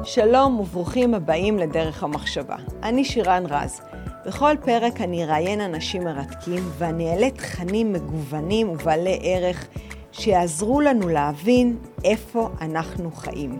שלום וברוכים הבאים לדרך המחשבה. אני שירן רז. בכל פרק אני אראיין אנשים מרתקים ואני אעלה תכנים מגוונים ובעלי ערך שיעזרו לנו להבין איפה אנחנו חיים.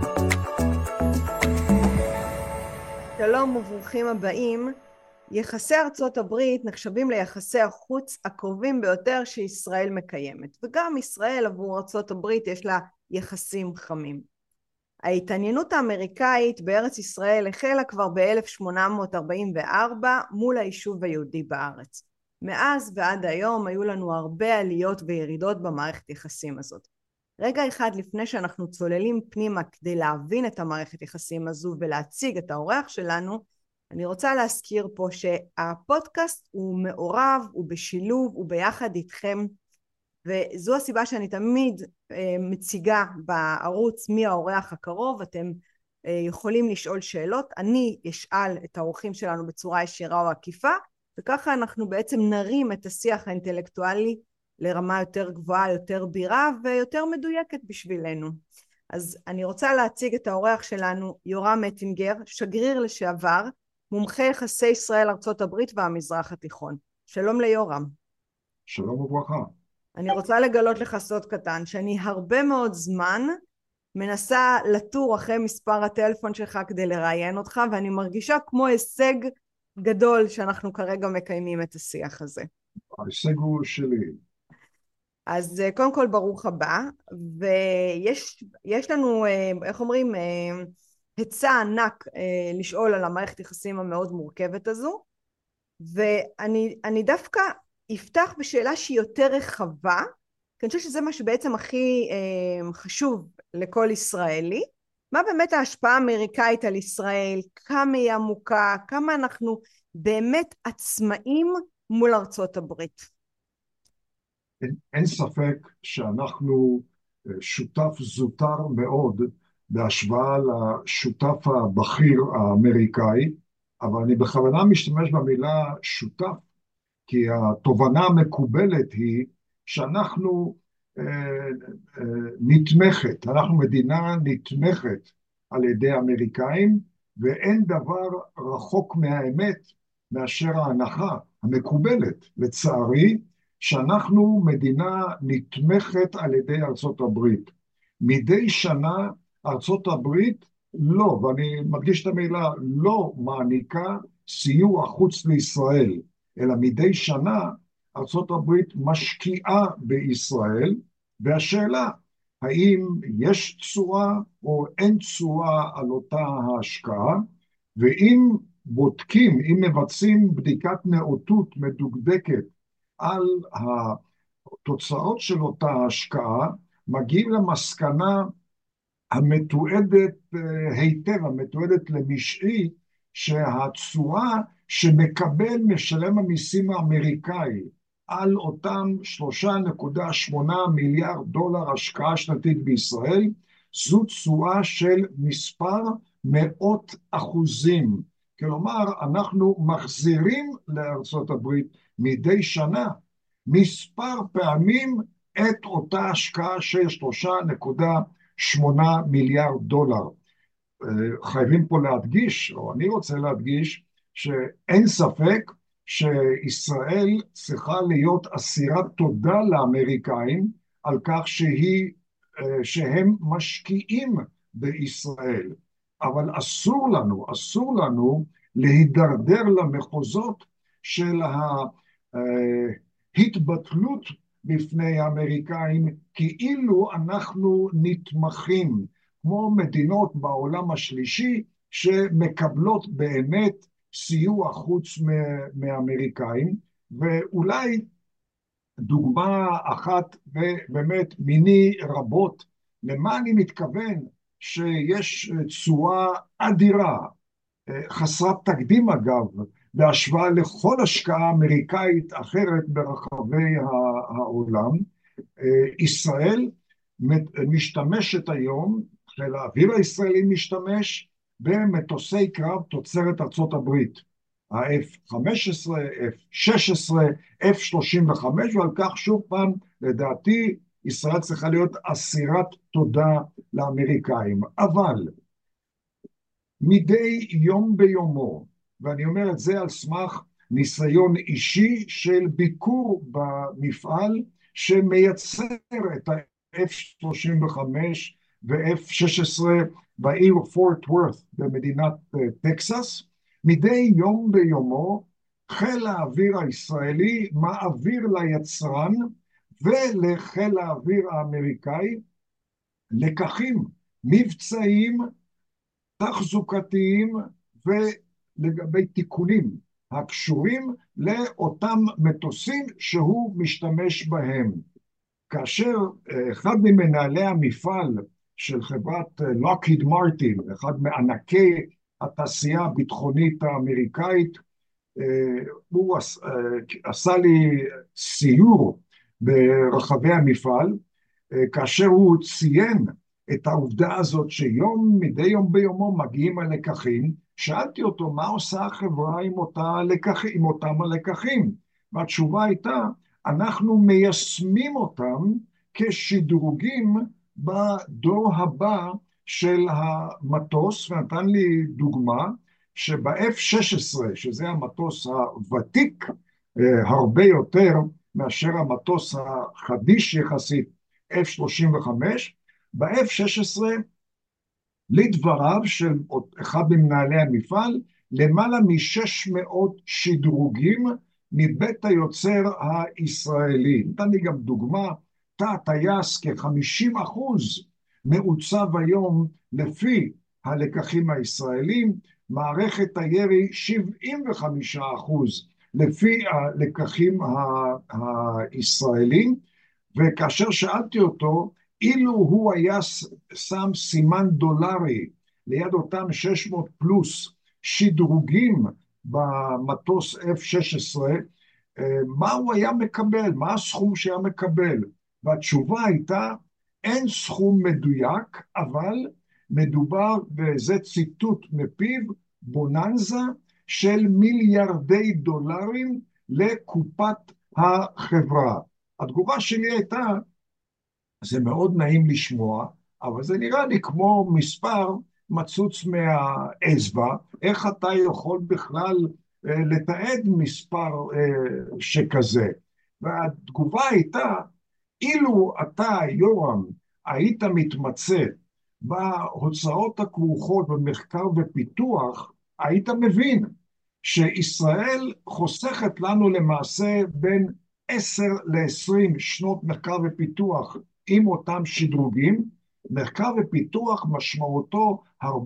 שלום וברוכים הבאים. יחסי ארצות הברית נחשבים ליחסי החוץ הקרובים ביותר שישראל מקיימת, וגם ישראל עבור ארצות הברית יש לה יחסים חמים. ההתעניינות האמריקאית בארץ ישראל החלה כבר ב-1844 מול היישוב היהודי בארץ. מאז ועד היום היו לנו הרבה עליות וירידות במערכת יחסים הזאת. רגע אחד לפני שאנחנו צוללים פנימה כדי להבין את המערכת יחסים הזו ולהציג את האורח שלנו, אני רוצה להזכיר פה שהפודקאסט הוא מעורב, הוא בשילוב, הוא ביחד איתכם, וזו הסיבה שאני תמיד מציגה בערוץ מי האורח הקרוב. אתם יכולים לשאול שאלות, אני אשאל את האורחים שלנו בצורה ישירה או עקיפה, וככה אנחנו בעצם נרים את השיח האינטלקטואלי לרמה יותר גבוהה, יותר בירה ויותר מדויקת בשבילנו. אז אני רוצה להציג את האורח שלנו, יורם אטינגר, שגריר לשעבר, מומחה יחסי ישראל ארצות הברית והמזרח התיכון. שלום ליורם. שלום וברכה. אני רוצה לגלות לך סוד קטן, שאני הרבה מאוד זמן מנסה לטור אחרי מספר הטלפון שלך כדי לראיין אותך, ואני מרגישה כמו הישג גדול שאנחנו כרגע מקיימים את השיח הזה. ההישג הוא שלי. אז קודם כל ברוך הבא, ויש לנו, איך אומרים, היצע ענק לשאול על המערכת יחסים המאוד מורכבת הזו, ואני דווקא יפתח בשאלה שהיא יותר רחבה, כי אני חושבת שזה מה שבעצם הכי חשוב לכל ישראלי. מה באמת ההשפעה האמריקאית על ישראל, כמה היא עמוקה, כמה אנחנו באמת עצמאים מול ארצות הברית? אין ספק שאנחנו שותף זוטר מאוד בהשוואה לשותף הבכיר האמריקאי, אבל אני בכוונה משתמש במילה שותף, כי התובנה המקובלת היא שאנחנו נתמכת, אנחנו מדינה נתמכת על ידי האמריקאים, ואין דבר רחוק מהאמת מאשר ההנחה המקובלת, לצערי, שאנחנו מדינה נתמכת על ידי ארצות הברית. מדי שנה ארצות הברית לא, ואני מדגיש את המילה, לא מעניקה סיוע חוץ לישראל, אלא מדי שנה ארצות הברית משקיעה בישראל, והשאלה, האם יש תשואה או אין תשואה על אותה ההשקעה, ואם בודקים, אם מבצעים בדיקת נאותות מדוקדקת על התוצאות של אותה ההשקעה, מגיעים למסקנה המתועדת היטב, המתועדת למשעי, שהתשואה שמקבל משלם המיסים האמריקאי על אותם 3.8 מיליארד דולר השקעה שנתית בישראל, זו תשואה של מספר מאות אחוזים. כלומר, אנחנו מחזירים לארצות הברית מדי שנה מספר פעמים את אותה השקעה של 3.8 מיליארד דולר. חייבים פה להדגיש, או אני רוצה להדגיש, שאין ספק שישראל צריכה להיות אסירת תודה לאמריקאים על כך שהם משקיעים בישראל. אבל אסור לנו להידרדר למחוזות של ההתבטלות בפני האמריקאים, כאילו אנחנו נתמכים, כמו מדינות בעולם השלישי שמקבלות באמת סיוע חוץ מאמריקאים. ואולי דוגמה אחת ובאמת מיני רבות, למה אני מתכוון שיש תשואה אדירה, חסרת תקדים אגב, בהשוואה לכל השקעה אמריקאית אחרת ברחבי העולם. ישראל משתמשת היום, חיל האוויר הישראלי משתמש במטוסי קרב תוצרת ארצות הברית, ה-F-15, F-16, F-35, ועל כך שוב פעם, לדעתי, ישראל צריכה להיות אסירת תודה לאמריקאים. אבל מדי יום ביומו, ואני אומר את זה על סמך ניסיון אישי של ביקור במפעל שמייצר את ה-F-35 ו-F-16 בעיר פורט וורת במדינת טקסס. מדי יום ביומו חיל האוויר הישראלי מעביר ליצרן ולחיל האוויר האמריקאי לקחים מבצעיים, תחזוקתיים ולגבי תיקונים הקשורים לאותם מטוסים שהוא משתמש בהם. כאשר אחד ממנהלי המפעל של חברת לוקהיד מרטין, אחד מענקי התעשייה הביטחונית האמריקאית, הוא עשה לי סיור ברחבי המפעל, כאשר הוא ציין את העובדה הזאת מדי יום ביומו מגיעים הלקחים, שאלתי אותו מה עושה החברה עם אותם הלקחים, והתשובה הייתה, אנחנו מיישמים אותם כשדרוגים בדור הבא של המטוס, ונתן לי דוגמה שב-F-16, שזה המטוס הוותיק הרבה יותר מאשר המטוס החדיש יחסית, F-35, ב-F-16, לדבריו של אחד ממנהלי המפעל, למעלה מ-600 שדרוגים מבית היוצר הישראלי. נתן לי גם דוגמה, תא הטייס כ-50% מעוצב היום לפי הלקחים הישראלים, מערכת הירי 75% לפי הלקחים הישראלים, וכאשר שאלתי אותו, אילו הוא היה שם סימן דולרי ליד אותם 600 פלוס שדרוגים במטוס F-16, מה הוא היה מקבל? מה הסכום שהיה מקבל? והתשובה הייתה, אין סכום מדויק, אבל מדובר, וזה ציטוט מפיו, בוננזה של מיליארדי דולרים לקופת החברה. התגובה שלי הייתה, זה מאוד נעים לשמוע, אבל זה נראה לי כמו מספר מצוץ מהאצבע, איך אתה יכול בכלל לתעד מספר שכזה? והתגובה הייתה, אילו אתה, יורם, היית מתמצא בהוצאות הכרוכות במחקר ופיתוח, היית מבין שישראל חוסכת לנו למעשה בין 10 ל-20 שנות מחקר ופיתוח עם אותם שדרוגים. מחקר ופיתוח משמעותו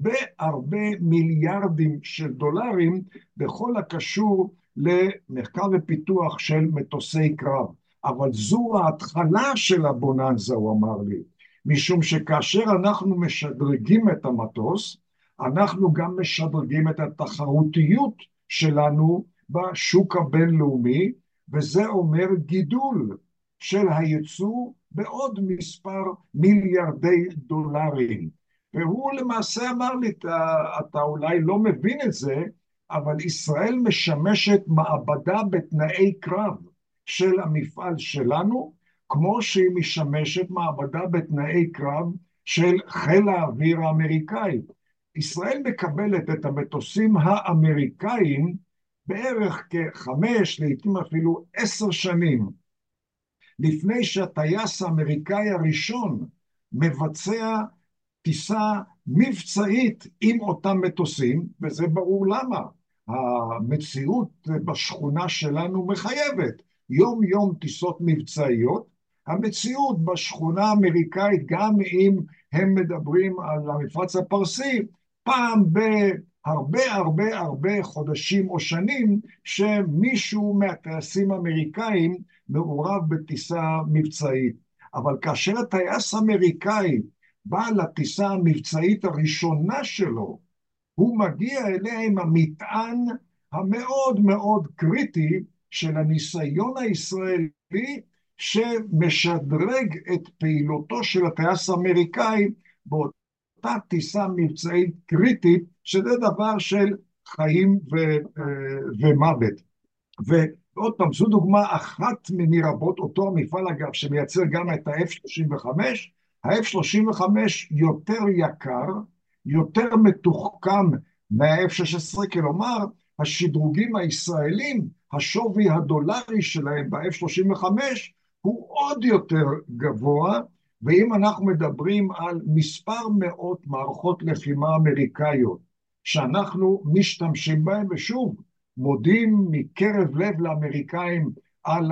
הרבה מיליארדים של דולרים בכל הקשור למחקר ופיתוח של מטוסי קרב. אבל זו ההתחלה של הבוננזה, הוא אמר לי, משום שכאשר אנחנו משדרגים את המטוס, אנחנו גם משדרגים את התחרותיות שלנו בשוק הבינלאומי, וזה אומר גידול של הייצוא בעוד מספר מיליארדי דולרים. והוא למעשה אמר לי, אתה אולי לא מבין את זה, אבל ישראל משמשת מעבדה בתנאי קרב של המפעל שלנו, כמו שהיא משמשת מעבדה בתנאי קרב של חיל האוויר האמריקאי. ישראל מקבלת את המטוסים האמריקאים בערך כ5, לעתים אפילו 10 שנים, לפני שהטייס האמריקאי הראשון מבצע טיסה מבצעית עם אותם מטוסים, וזה ברור למה. המציאות בשכונה שלנו מחייבת יום יום טיסות מבצעיות, המציאות בשכונה האמריקאית, גם אם הם מדברים על המפרץ הפרסי, פעם בהרבה חודשים או שנים, שמישהו מהטייסים האמריקאים מעורב בטיסה מבצעית. אבל כאשר הטייס האמריקאי בא לטיסה המבצעית הראשונה שלו, הוא מגיע אליה עם המטען המאוד קריטי של הניסיון הישראלי שמשדרג את פעילותו של הטייס האמריקאי באותה טיסה מבצעית קריטית, שזה דבר של חיים ומוות. ועוד פעם, זו דוגמה אחת מני רבות, אותו המפעל אגב שמייצר גם את ה-F-35, ה-F-35 יותר יקר יותר מתוחכם מה-F-16, כלומר, השדרוגים הישראלים, השווי הדולרי שלהם ב-F-35 הוא עוד יותר גבוה, ואם אנחנו מדברים על מספר מאות מערכות לחימה אמריקאיות שאנחנו משתמשים בהן, ושוב, מודים מקרב לב לאמריקאים על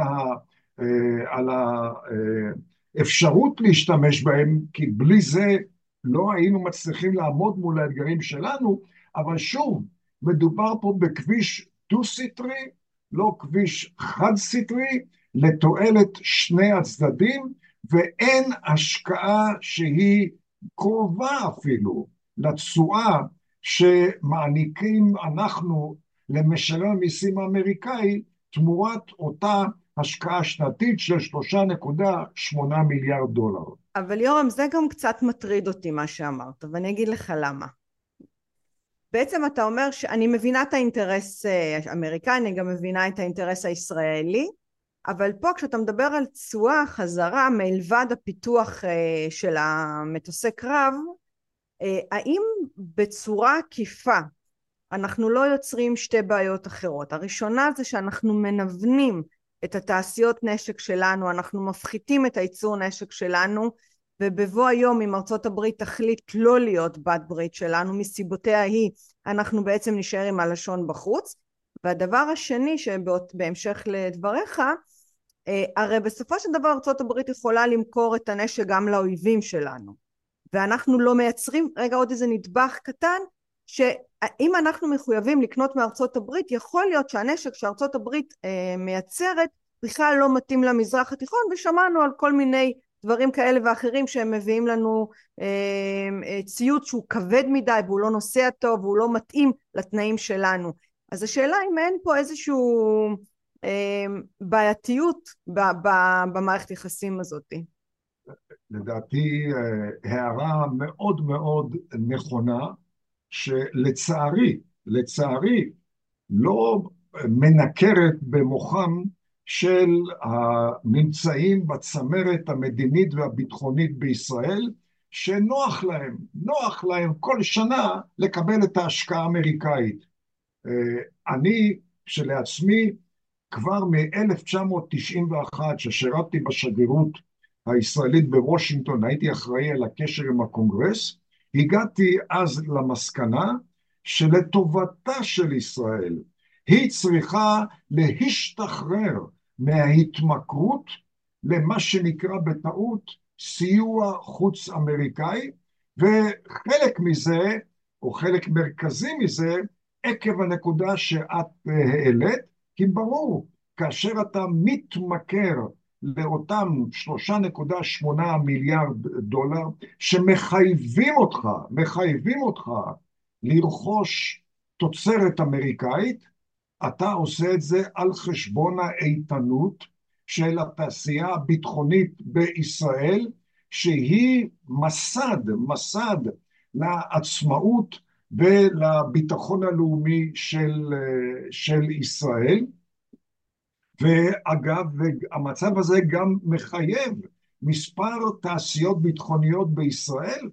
האפשרות להשתמש בהם, כי בלי זה לא היינו מצליחים לעמוד מול האתגרים שלנו, אבל שוב, מדובר פה בכביש דו-סטרי, לא כביש חד-סטרי, לתועלת שני הצדדים, ואין השקעה שהיא קרובה אפילו לתשואה שמעניקים אנחנו למשלם המיסים האמריקאי, תמורת אותה השקעה שנתית של 3.8 מיליארד דולר. אבל יורם, זה גם קצת מטריד אותי מה שאמרת, ואני אגיד לך למה. בעצם אתה אומר שאני מבינה את האינטרס האמריקאי, אני גם מבינה את האינטרס הישראלי, אבל פה כשאתה מדבר על תשואה חזרה מלבד הפיתוח של המטוסי קרב, האם בצורה עקיפה אנחנו לא יוצרים שתי בעיות אחרות? הראשונה זה שאנחנו מנוונים את התעשיות נשק שלנו, אנחנו מפחיתים את הייצור נשק שלנו, ובבוא היום אם ארצות הברית תחליט לא להיות בת ברית שלנו מסיבותיה היא, אנחנו בעצם נשאר עם הלשון בחוץ. והדבר השני שבהמשך לדבריך, הרי בסופו של דבר ארצות הברית יכולה למכור את הנשק גם לאויבים שלנו, ואנחנו לא מייצרים, רגע עוד איזה נדבך קטן, שאם אנחנו מחויבים לקנות מארצות הברית, יכול להיות שהנשק שארצות הברית מייצרת בכלל לא מתאים למזרח התיכון, ושמענו על כל מיני דברים כאלה ואחרים שהם מביאים לנו ציוד שהוא כבד מדי והוא לא נוסע טוב והוא לא מתאים לתנאים שלנו. אז השאלה אם אין פה איזשהו בעייתיות במערכת יחסים הזאת. לדעתי הערה מאוד מאוד נכונה, לצערי לא מנקרת במוחם של הנמצאים בצמרת המדינית והביטחונית בישראל, שנוח להם כל שנה לקבל את ההשקעה האמריקאית. אני שלעצמי כבר מ-1991 ששירתתי בשגרירות הישראלית בוושינגטון, הייתי אחראי על הקשר עם הקונגרס, הגעתי אז למסקנה שלטובתה של ישראל היא צריכה להשתחרר מההתמכרות למה שנקרא בטעות סיוע חוץ אמריקאי, וחלק מזה, או חלק מרכזי מזה, עקב הנקודה שאת העלית, כי ברור, כאשר אתה מתמכר לאותם 3.8 מיליארד דולר שמחייבים אותך לרכוש תוצרת אמריקאית, אתה עושה את זה על חשבון האיתנות של התעשייה הביטחונית בישראל, שהיא מסד לעצמאות ולביטחון הלאומי של ישראל. ואגב, המצב הזה גם מחייב מספר תעשיות ביטחוניות בישראל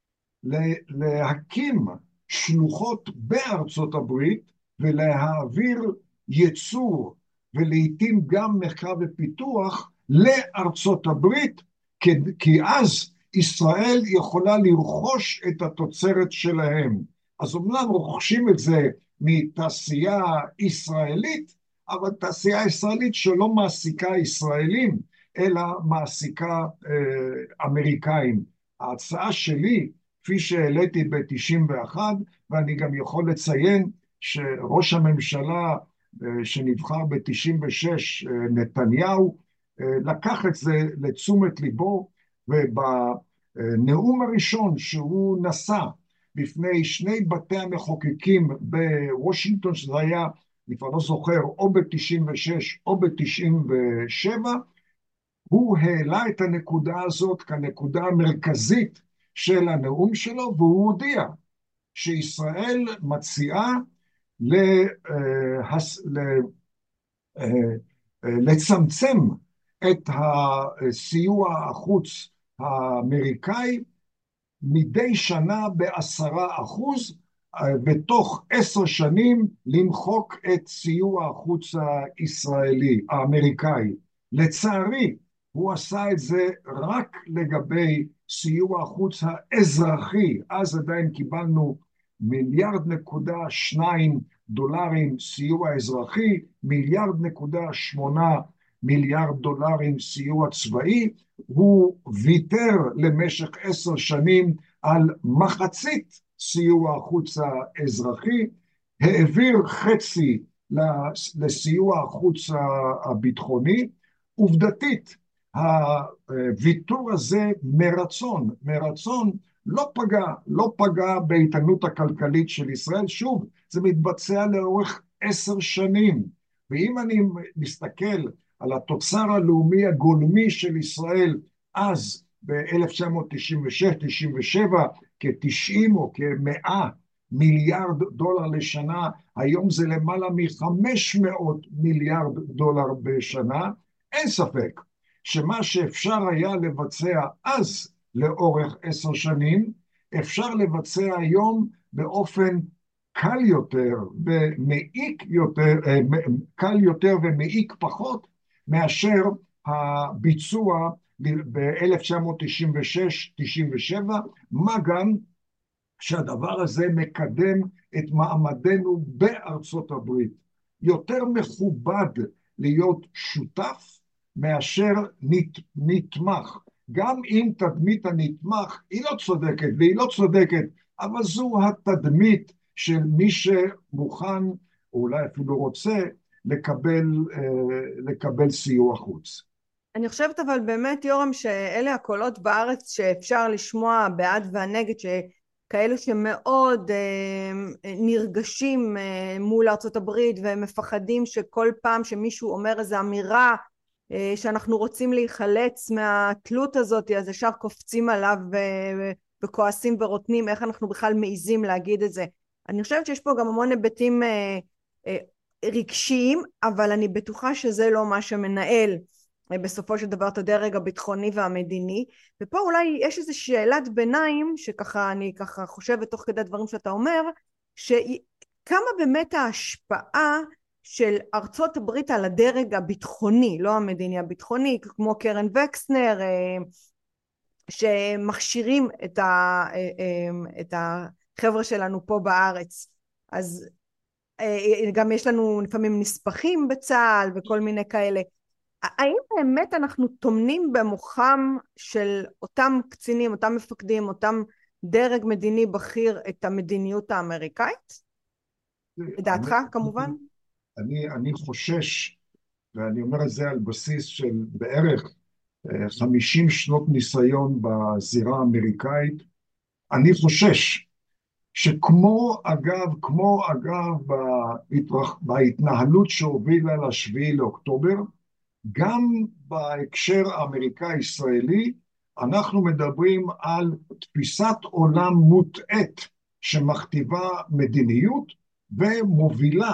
להקים שלוחות בארצות הברית ולהעביר ייצור ולעיתים גם מחקר ופיתוח לארצות הברית, כי אז ישראל יכולה לרכוש את התוצרת שלהם. אז אומנם רוכשים את זה מתעשייה ישראלית, אבל תעשייה ישראלית שלא מעסיקה ישראלים, אלא מעסיקה אמריקאים. ההצעה שלי, כפי שהעליתי ב-91, ואני גם יכול לציין שראש הממשלה שנבחר ב-96, נתניהו, לקח את זה לתשומת ליבו, ובנאום הראשון שהוא נשא בפני שני בתי המחוקקים בוושינגטון, שזה היה, אני כבר לא זוכר, או ב-96 או ב-97, הוא העלה את הנקודה הזאת כנקודה המרכזית של הנאום שלו, והוא הודיע שישראל מציעה לצמצם את הסיוע החוץ האמריקאי מדי שנה ב10%, בתוך 10 שנים למחוק את סיוע החוץ הישראלי, האמריקאי. לצערי, הוא עשה את זה רק לגבי סיוע החוץ האזרחי, אז עדיין קיבלנו 1.2 מיליארד סיוע אזרחי, 1.8 מיליארד סיוע צבאי. הוא ויתר למשך 10 שנים על מחצית סיוע החוץ האזרחי, העביר חצי לסיוע החוץ הביטחוני. עובדתית, הוויתור הזה מרצון לא פגע באיתנות הכלכלית של ישראל. שוב, זה מתבצע לאורך 10 שנים. ואם אני מסתכל על התוצר הלאומי הגולמי של ישראל אז ב-1996-97 כ-90 או כ-100 מיליארד דולר לשנה, היום זה למעלה מ-500 מיליארד דולר בשנה. אין ספק שמה שאפשר היה לבצע אז לאורך 10 שנים, אפשר לבצע היום באופן קל יותר ומעיק פחות מאשר הביצוע ב-1996-97, מה גם שהדבר הזה מקדם את מעמדנו בארצות הברית. יותר מכובד להיות שותף מאשר נתמך. גם אם תדמית הנתמך היא לא צודקת, והיא לא צודקת, אבל זו התדמית של מי שמוכן, או אולי אפילו רוצה, לקבל סיוע חוץ. אני חושבת אבל באמת יורם שאלה הקולות בארץ שאפשר לשמוע בעד והנגד, שכאלו שמאוד נרגשים מול ארצות הברית ומפחדים שכל פעם שמישהו אומר איזו אמירה שאנחנו רוצים להיחלץ מהתלות הזאת, אז ישר קופצים עליו וכועסים ורוטנים איך אנחנו בכלל מעיזים להגיד את זה. אני חושבת שיש פה גם המון היבטים רגשיים, אבל אני בטוחה שזה לא מה שמנהל בסופו של דבר את הדרג הביטחוני והמדיני. ופה אולי יש איזו שאלת ביניים שככה אני ככה חושבת תוך כדי דברים שאתה אומר, שכמה באמת ההשפעה של ארצות הברית על הדרג הביטחוני, לא המדיני, הביטחוני, כמו קרן וקסנר, שמכשירים את החבר'ה שלנו פה בארץ. אז גם יש לנו לפעמים נספחים בצה"ל וכל מיני כאלה. האם באמת אנחנו טומנים במוחם של אותם קצינים, אותם מפקדים, אותם דרג מדיני בכיר את המדיניות האמריקאית? לדעתך כמובן? אני חושש, ואני אומר את זה על בסיס של בערך 50 שנות ניסיון בזירה האמריקאית, אני חושש שכמו אגב בהתנהלות שהובילה ל7 לאוקטובר, גם בהקשר האמריקאי-ישראלי אנחנו מדברים על תפיסת עולם מוטעית שמכתיבה מדיניות ומובילה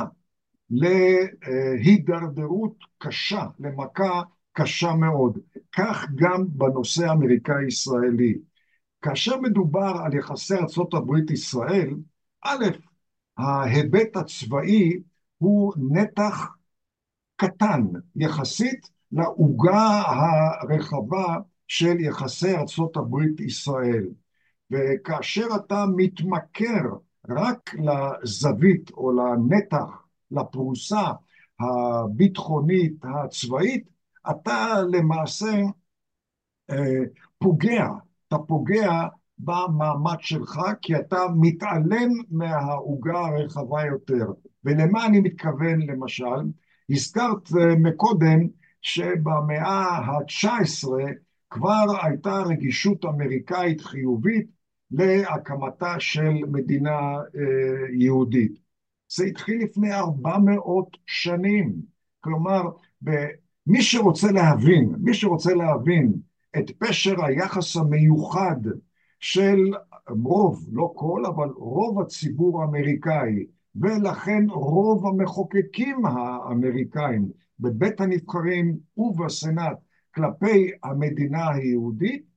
להידרדרות קשה, למכה קשה מאוד. כך גם בנושא האמריקאי-ישראלי. כאשר מדובר על יחסי ארצות הברית-ישראל, א', ההיבט הצבאי הוא נתח קטן יחסית לעוגה הרחבה של יחסי ארצות הברית-ישראל. וכאשר אתה מתמכר רק לזווית או לנתח, לפרוסה הביטחונית הצבאית, אתה למעשה פוגע במעמד שלך, כי אתה מתעלם מהעוגה הרחבה יותר. ולמה אני מתכוון למשל? הזכרת מקודם שבמאה ה-19 כבר הייתה רגישות אמריקאית חיובית להקמתה של מדינה יהודית. זה התחיל לפני 400 שנים. כלומר, מי שרוצה להבין את פשר היחס המיוחד של רוב, לא כל, אבל רוב הציבור האמריקאי, ולכן רוב המחוקקים האמריקאים בבית הנבחרים ובסנאט כלפי המדינה היהודית,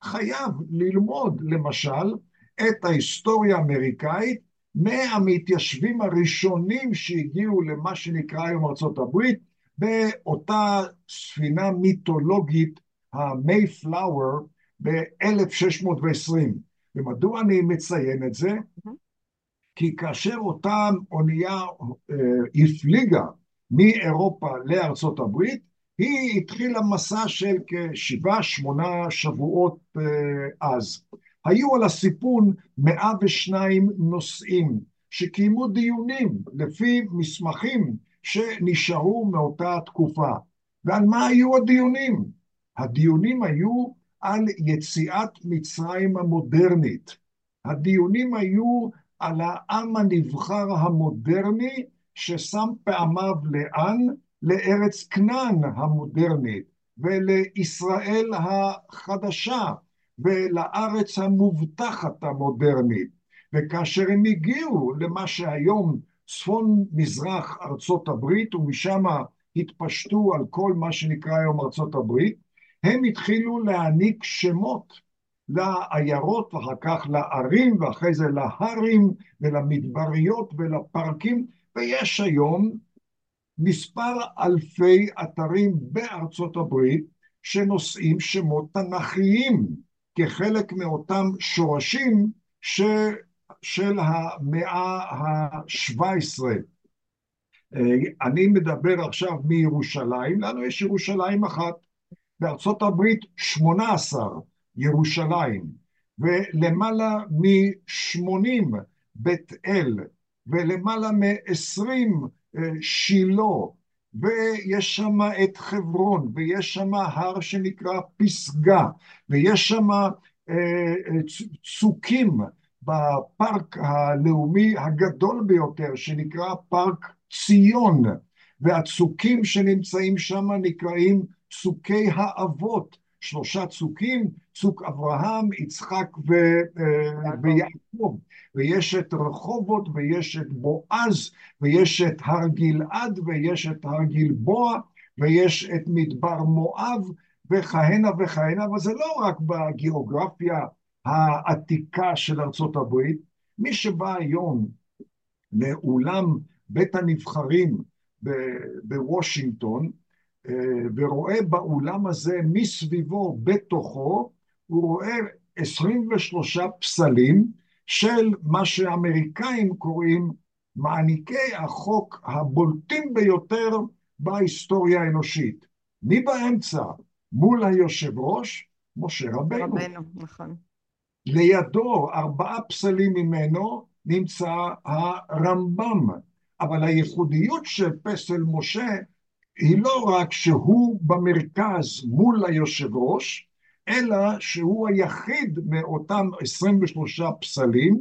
חייב ללמוד למשל את ההיסטוריה האמריקאית מהמתיישבים הראשונים שהגיעו למה שנקרא היום ארצות הברית, באותה ספינה מיתולוגית, המייפלאואר, ב-1620. ומדוע אני מציין את זה? כי כאשר אותה אונייה הפליגה מאירופה לארצות הברית, היא התחילה מסע של כ7-8 שבועות אז. היו על הסיפון 102 נוסעים שקיימו דיונים לפי מסמכים שנשארו מאותה תקופה. ועל מה היו הדיונים? הדיונים היו על יציאת מצרים המודרנית. הדיונים היו על העם הנבחר המודרני ששם פעמיו לאן? לארץ כנען המודרנית ולישראל החדשה ולארץ המובטחת המודרנית. וכאשר הם הגיעו למה שהיום צפון מזרח ארצות הברית ומשם התפשטו על כל מה שנקרא היום ארצות הברית, הם התחילו להעניק שמות לעיירות ואחר כך לערים ואחרי זה להרים ולמדבריות ולפארקים, ויש היום מספר אלפי אתרים בארצות הברית שנושאים שמות תנ"כיים כחלק מאותם שורשים של המאה ה-17. אני מדבר עכשיו מירושלים, לנו יש ירושלים אחת, בארצות הברית 18 ירושלים, ולמעלה מ-80 בית אל, ולמעלה מ-20 שילה, ויש שם את חברון, ויש שם הר שנקרא פסגה, ויש שם צוקים בפארק הלאומי הגדול ביותר שנקרא פארק ציון, והצוקים שנמצאים שם נקראים צוקי האבות, 3 צוקים, צוק אברהם, יצחק ויעקב, ויש את רחובות ויש את בועז ויש את הר גלעד ויש את הר גלבוע ויש את מדבר מואב וכהנה וכהנה. אבל זה לא רק בגיאוגרפיה העתיקה של ארצות הברית. מי שבא היום לאולם בית הנבחרים בוושינגטון ורואה באולם הזה מסביבו בתוכו, הוא רואה 23 פסלים של מה שהאמריקאים קוראים מעניקי החוק הבולטים ביותר בהיסטוריה האנושית. מי באמצע? מול היושב ראש? משה רבנו. נכון. לידו 4 פסלים ממנו נמצא הרמב"ם. אבל הייחודיות של פסל משה היא לא רק שהוא במרכז מול היושב ראש, אלא שהוא היחיד מאותם 23 פסלים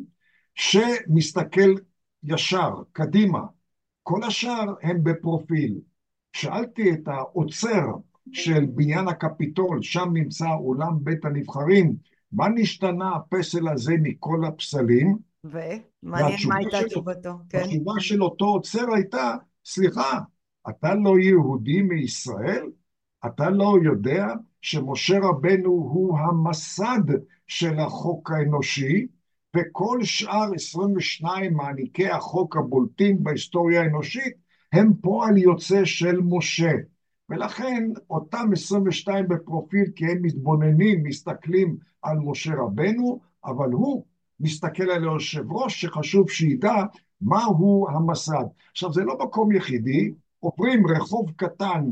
שמסתכל ישר, קדימה. כל השאר הם בפרופיל. שאלתי את העוצר של בניין הקפיטול, שם נמצא אולם בית הנבחרים, מה נשתנה הפסל הזה מכל הפסלים? ומעניין מה הייתה תשובתו. התשובה של אותו עוצר הייתה, סליחה, אתה לא יהודי מישראל? אתה לא יודע שמשה רבנו הוא המסד של החוק האנושי, וכל שאר 22 מעניקי החוק הבולטים בהיסטוריה האנושית הם פועל יוצא של משה. ולכן אותם 22 בפרופיל, כי הם מתבוננים, מסתכלים על משה רבנו, אבל הוא מסתכל על היושב ראש שחשוב שידע מהו המסד. עכשיו זה לא מקום יחידי, עוברים רחוב קטן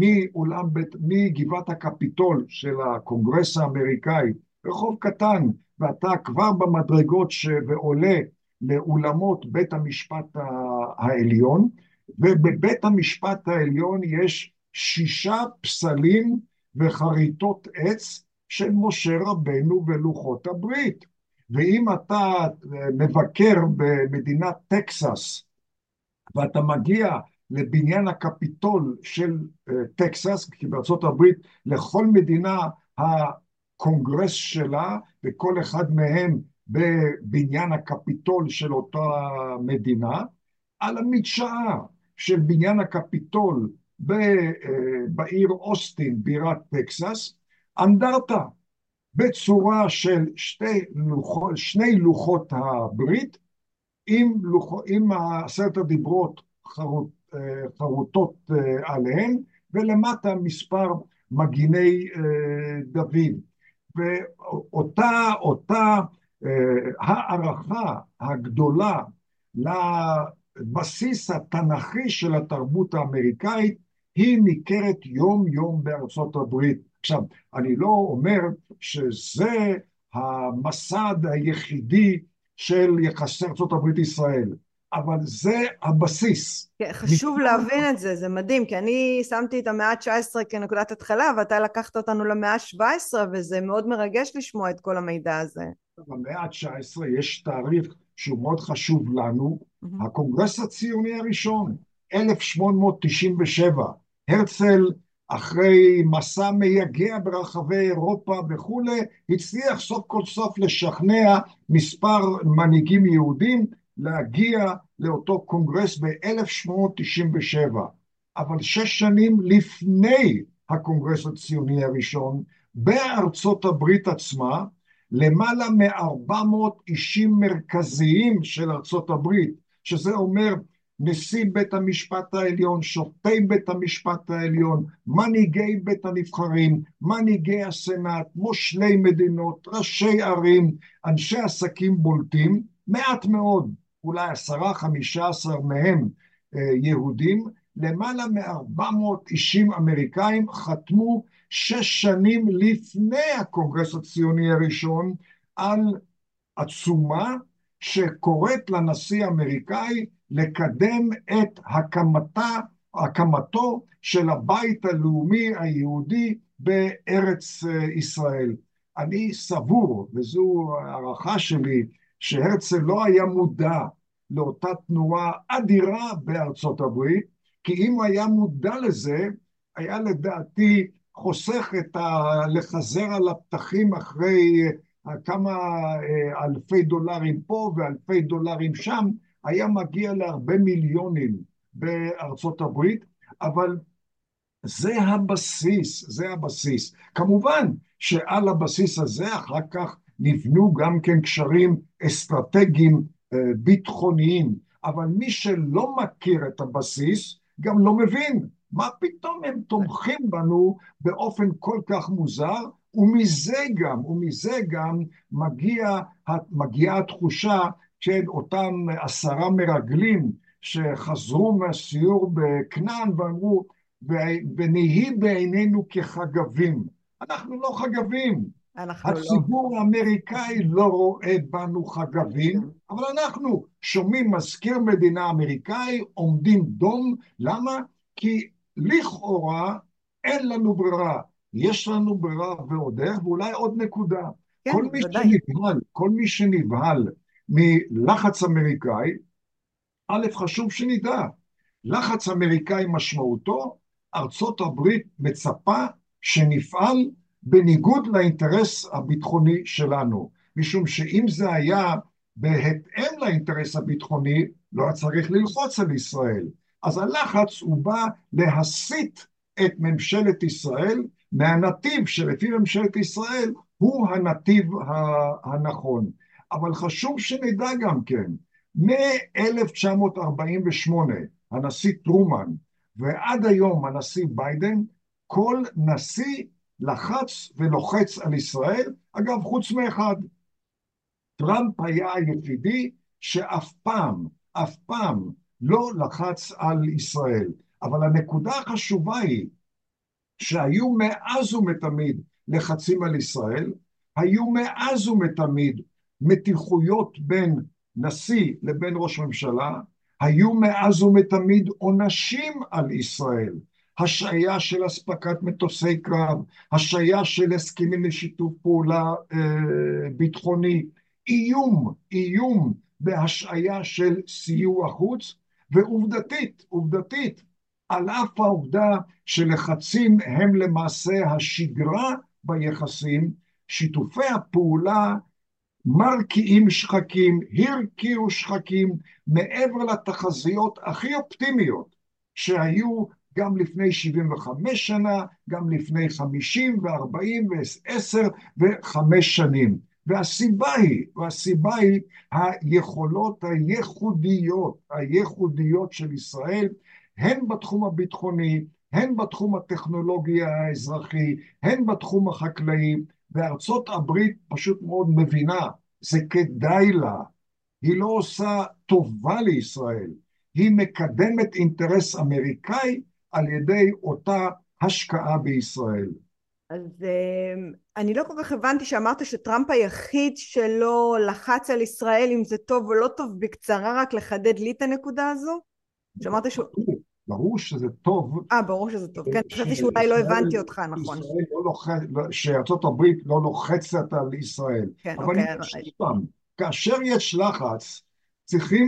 מגבעת הקפיטול של הקונגרס האמריקאי, רחוב קטן, ואתה כבר במדרגות ועולה לאולמות בית המשפט העליון, ובבית המשפט העליון יש 6 פסלים וחריטות עץ של משה רבנו ולוחות הברית. ואם אתה מבקר במדינת טקסס, ואתה מגיע לבניין הקפיטול של טקסס, כי בארצות הברית לכל מדינה הקונגרס שלה, וכל אחד מהם בבניין הקפיטול של אותה מדינה, על המדשאה של בניין הקפיטול בעיר אוסטין, בירת טקסס, אנדרטה בצורה של שני לוחות הברית, עם 10 הדיברות חרוטות עליהן, ולמטה מספר מגיני דוד. ואותה הערכה הגדולה לבסיס התנ"כי של התרבות האמריקאית, היא ניכרת יום יום בארצות הברית. עכשיו, אני לא אומר שזה המסד היחידי של יחסי ארצות הברית ישראל, אבל זה הבסיס. כן, חשוב להבין את זה, זה מדהים, כי אני שמתי את המאה ה-19 כנקודת התחלה, ואתה לקחת אותנו למאה ה-17, וזה מאוד מרגש לשמוע את כל המידע הזה. במאה ה-19 יש תאריך שהוא מאוד חשוב לנו, הקונגרס הציוני הראשון, 1897. הרצל, אחרי מסע מייגע ברחבי אירופה וכולי, הצליח סוף כל סוף לשכנע מספר מנהיגים יהודים להגיע לאותו קונגרס ב-1897. אבל 6 שנים לפני הקונגרס הציוני הראשון, בארצות הברית עצמה, למעלה מ-400 אישים מרכזיים של ארצות הברית, שזה אומר נשיא בית המשפט העליון, שופטי בית המשפט העליון, מנהיגי בית הנבחרים, מנהיגי הסנאט, מושלי מדינות, ראשי ערים, אנשי עסקים בולטים, מעט מאוד, אולי 10-15 מהם יהודים, למעלה מ-400 אישים אמריקאים חתמו 6 שנים לפני הקונגרס הציוני הראשון על עצומה שקוראת לנשיא האמריקאי לקדם את הקמתו של הבית הלאומי היהודי בארץ ישראל. אני סבור, וזו הערכה שלי, שהרצל לא היה מודע לאותה תנועה אדירה בארצות הברית, כי אם הוא היה מודע לזה, היה לדעתי חוסך לחזר על הפתחים אחרי כמה אלפי דולרים פה ואלפי דולרים שם, היה מגיע להרבה מיליונים בארצות הברית, אבל זה הבסיס, זה הבסיס. כמובן שעל הבסיס הזה אחר כך נבנו גם כן קשרים אסטרטגיים ביטחוניים, אבל מי שלא מכיר את הבסיס גם לא מבין מה פתאום הם תומכים בנו באופן כל כך מוזר, ומזה גם מגיעה התחושה של אותם 10 מרגלים שחזרו מהסיור בכנען ואמרו, ונהי בעינינו כחגבים. אנחנו לא חגבים. הציבור האמריקאי לא רואה בנו חגבים, אבל אנחנו שומעים מזכיר מדינה אמריקאי, עומדים דום. למה? כי לכאורה אין לנו ברירה. יש לנו ברירה ועוד איך, ואולי עוד נקודה. כן, כל מי שנבהל מלחץ אמריקאי, א', חשוב שנדע, לחץ אמריקאי משמעותו, ארצות הברית מצפה שנפעל בניגוד לאינטרס הביטחוני שלנו, משום שאם זה היה בהתאם לאינטרס הביטחוני, לא היה צריך ללחוץ על ישראל. אז הלחץ הוא בא להסיט את ממשלת ישראל מהנתיב שלפי ממשלת ישראל הוא הנתיב הנכון. אבל חשוב שנדע גם כן, מ-1948 הנשיא טרומן ועד היום הנשיא ביידן, כל נשיא לחץ ולוחץ על ישראל, אגב חוץ מאחד. טראמפ היה היחידי שאף פעם לא לחץ על ישראל. אבל הנקודה החשובה היא שהיו מאז ומתמיד לחצים על ישראל, היו מאז ומתמיד מתיחויות בין נשיא לבין ראש ממשלה, היו מאז ומתמיד עונשים על ישראל, השעיה של אספקת מטוסי קרב, השעיה של הסכמים לשיתוף פעולה ביטחוני, איום בהשעיה של סיוע חוץ, ועובדתית, על אף העובדה שלחצים הם למעשה השגרה ביחסים, שיתופי הפעולה הרקיעו שחקים מעבר לתחזיות הכי אופטימיות שהיו גם לפני 75 שנה, גם לפני 50 ו-40 ו-10 ו-5 שנים. והסיבה היא היכולות הייחודיות של ישראל, הן בתחום הביטחוני, הן בתחום הטכנולוגי האזרחי, הן בתחום החקלאי, וארצות הברית פשוט מאוד מבינה, זה כדאי לה. היא לא עושה טובה לישראל, היא מקדמת אינטרס אמריקאי על ידי אותה השקעה בישראל. אז אני לא כל כך הבנתי שאמרת שטראמפ היחיד שלא לחץ על ישראל אם זה טוב או לא טוב, בקצרה רק לחדד לי את הנקודה הזו. שאמרת שהוא... ברור שזה טוב. ברור שזה טוב. כן, חשבתי שאולי לא הבנתי אותך נכון. שארצות הברית לא לוחצת על ישראל. כן, אבל כאשר יש לחץ, צריכים,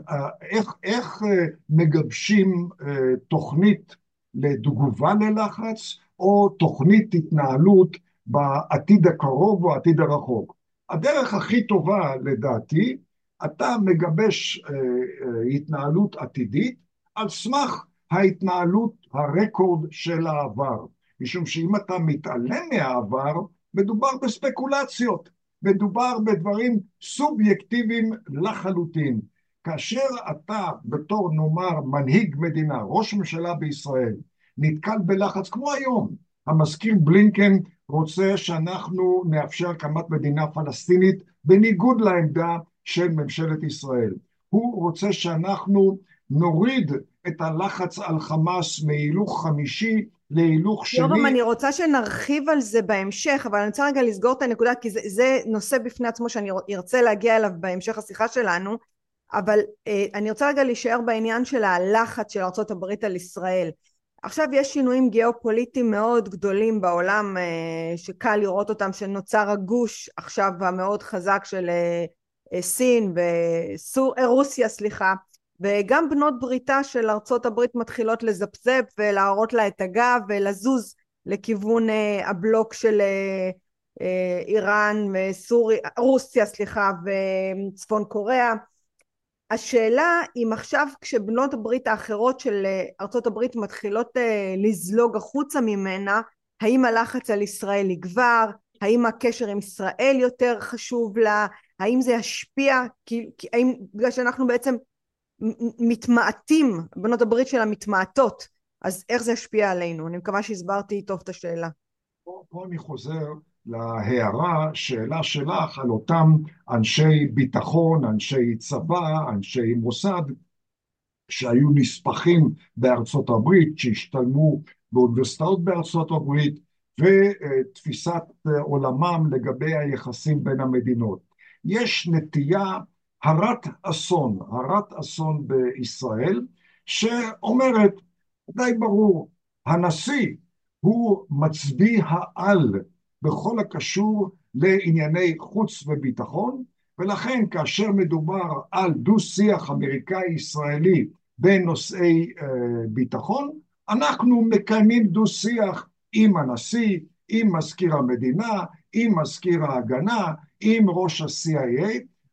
איך מגבשים תוכנית לתגובה ללחץ, או תוכנית התנהלות בעתיד הקרוב או העתיד הרחוק. הדרך הכי טובה לדעתי, אתה מגבש התנהלות עתידית על סמך ההתנהלות, הרקורד של העבר. משום שאם אתה מתעלם מהעבר, מדובר בספקולציות, מדובר בדברים סובייקטיביים לחלוטין. כאשר אתה בתור נאמר מנהיג מדינה, ראש ממשלה בישראל, נתקל בלחץ כמו היום, המזכיר בלינקן רוצה שאנחנו נאפשר הקמת מדינה פלסטינית בניגוד לעמדה של ממשלת ישראל. הוא רוצה שאנחנו נוריד את הלחץ על חמאס מהילוך חמישי להילוך שני. יורם, אני רוצה שנרחיב על זה בהמשך, אבל אני רוצה רגע לסגור את הנקודה, כי זה נושא בפני עצמו שאני ארצה להגיע אליו בהמשך השיחה שלנו, אבל אני רוצה רגע להישאר בעניין של הלחץ של ארצות הברית על ישראל. עכשיו יש שינויים גיאופוליטיים מאוד גדולים בעולם, שקל לראות אותם, שנוצר הגוש עכשיו המאוד חזק של סין ורוסיה, וגם בנות בריתה של ארצות הברית מתחילות לזפזפ ולהראות לה את הגב ולזוז לכיוון הבלוק של איראן רוסיה וצפון קוריאה. השאלה אם עכשיו כשבנות הברית האחרות של ארצות הברית מתחילות לזלוג החוצה ממנה, האם הלחץ על ישראל יגבר, האם הקשר עם ישראל יותר חשוב לה, האם זה ישפיע, האם בגלל שאנחנו בעצם מתמעטים, בנות הברית שלה מתמעטות, אז איך זה ישפיע עלינו? אני מקווה שהסברתי טוב את השאלה. פה אני חוזר להערה, שאלה שלך על אותם אנשי ביטחון, אנשי צבא, אנשי מוסד, שהיו נספחים בארצות הברית, שהשתלמו באוניברסיטאות בארצות הברית, ותפיסת עולמם לגבי היחסים בין המדינות. יש נטייה הרת אסון בישראל, שאומרת, די ברור, הנשיא הוא מצביא העל בכל הקשור לענייני חוץ וביטחון, ולכן כאשר מדובר על דו-שיח אמריקאי-ישראלי בנושאי ביטחון, אנחנו מקיימים דו-שיח עם הנשיא, עם מזכיר המדינה, עם מזכיר ההגנה, עם ראש ה-CIA,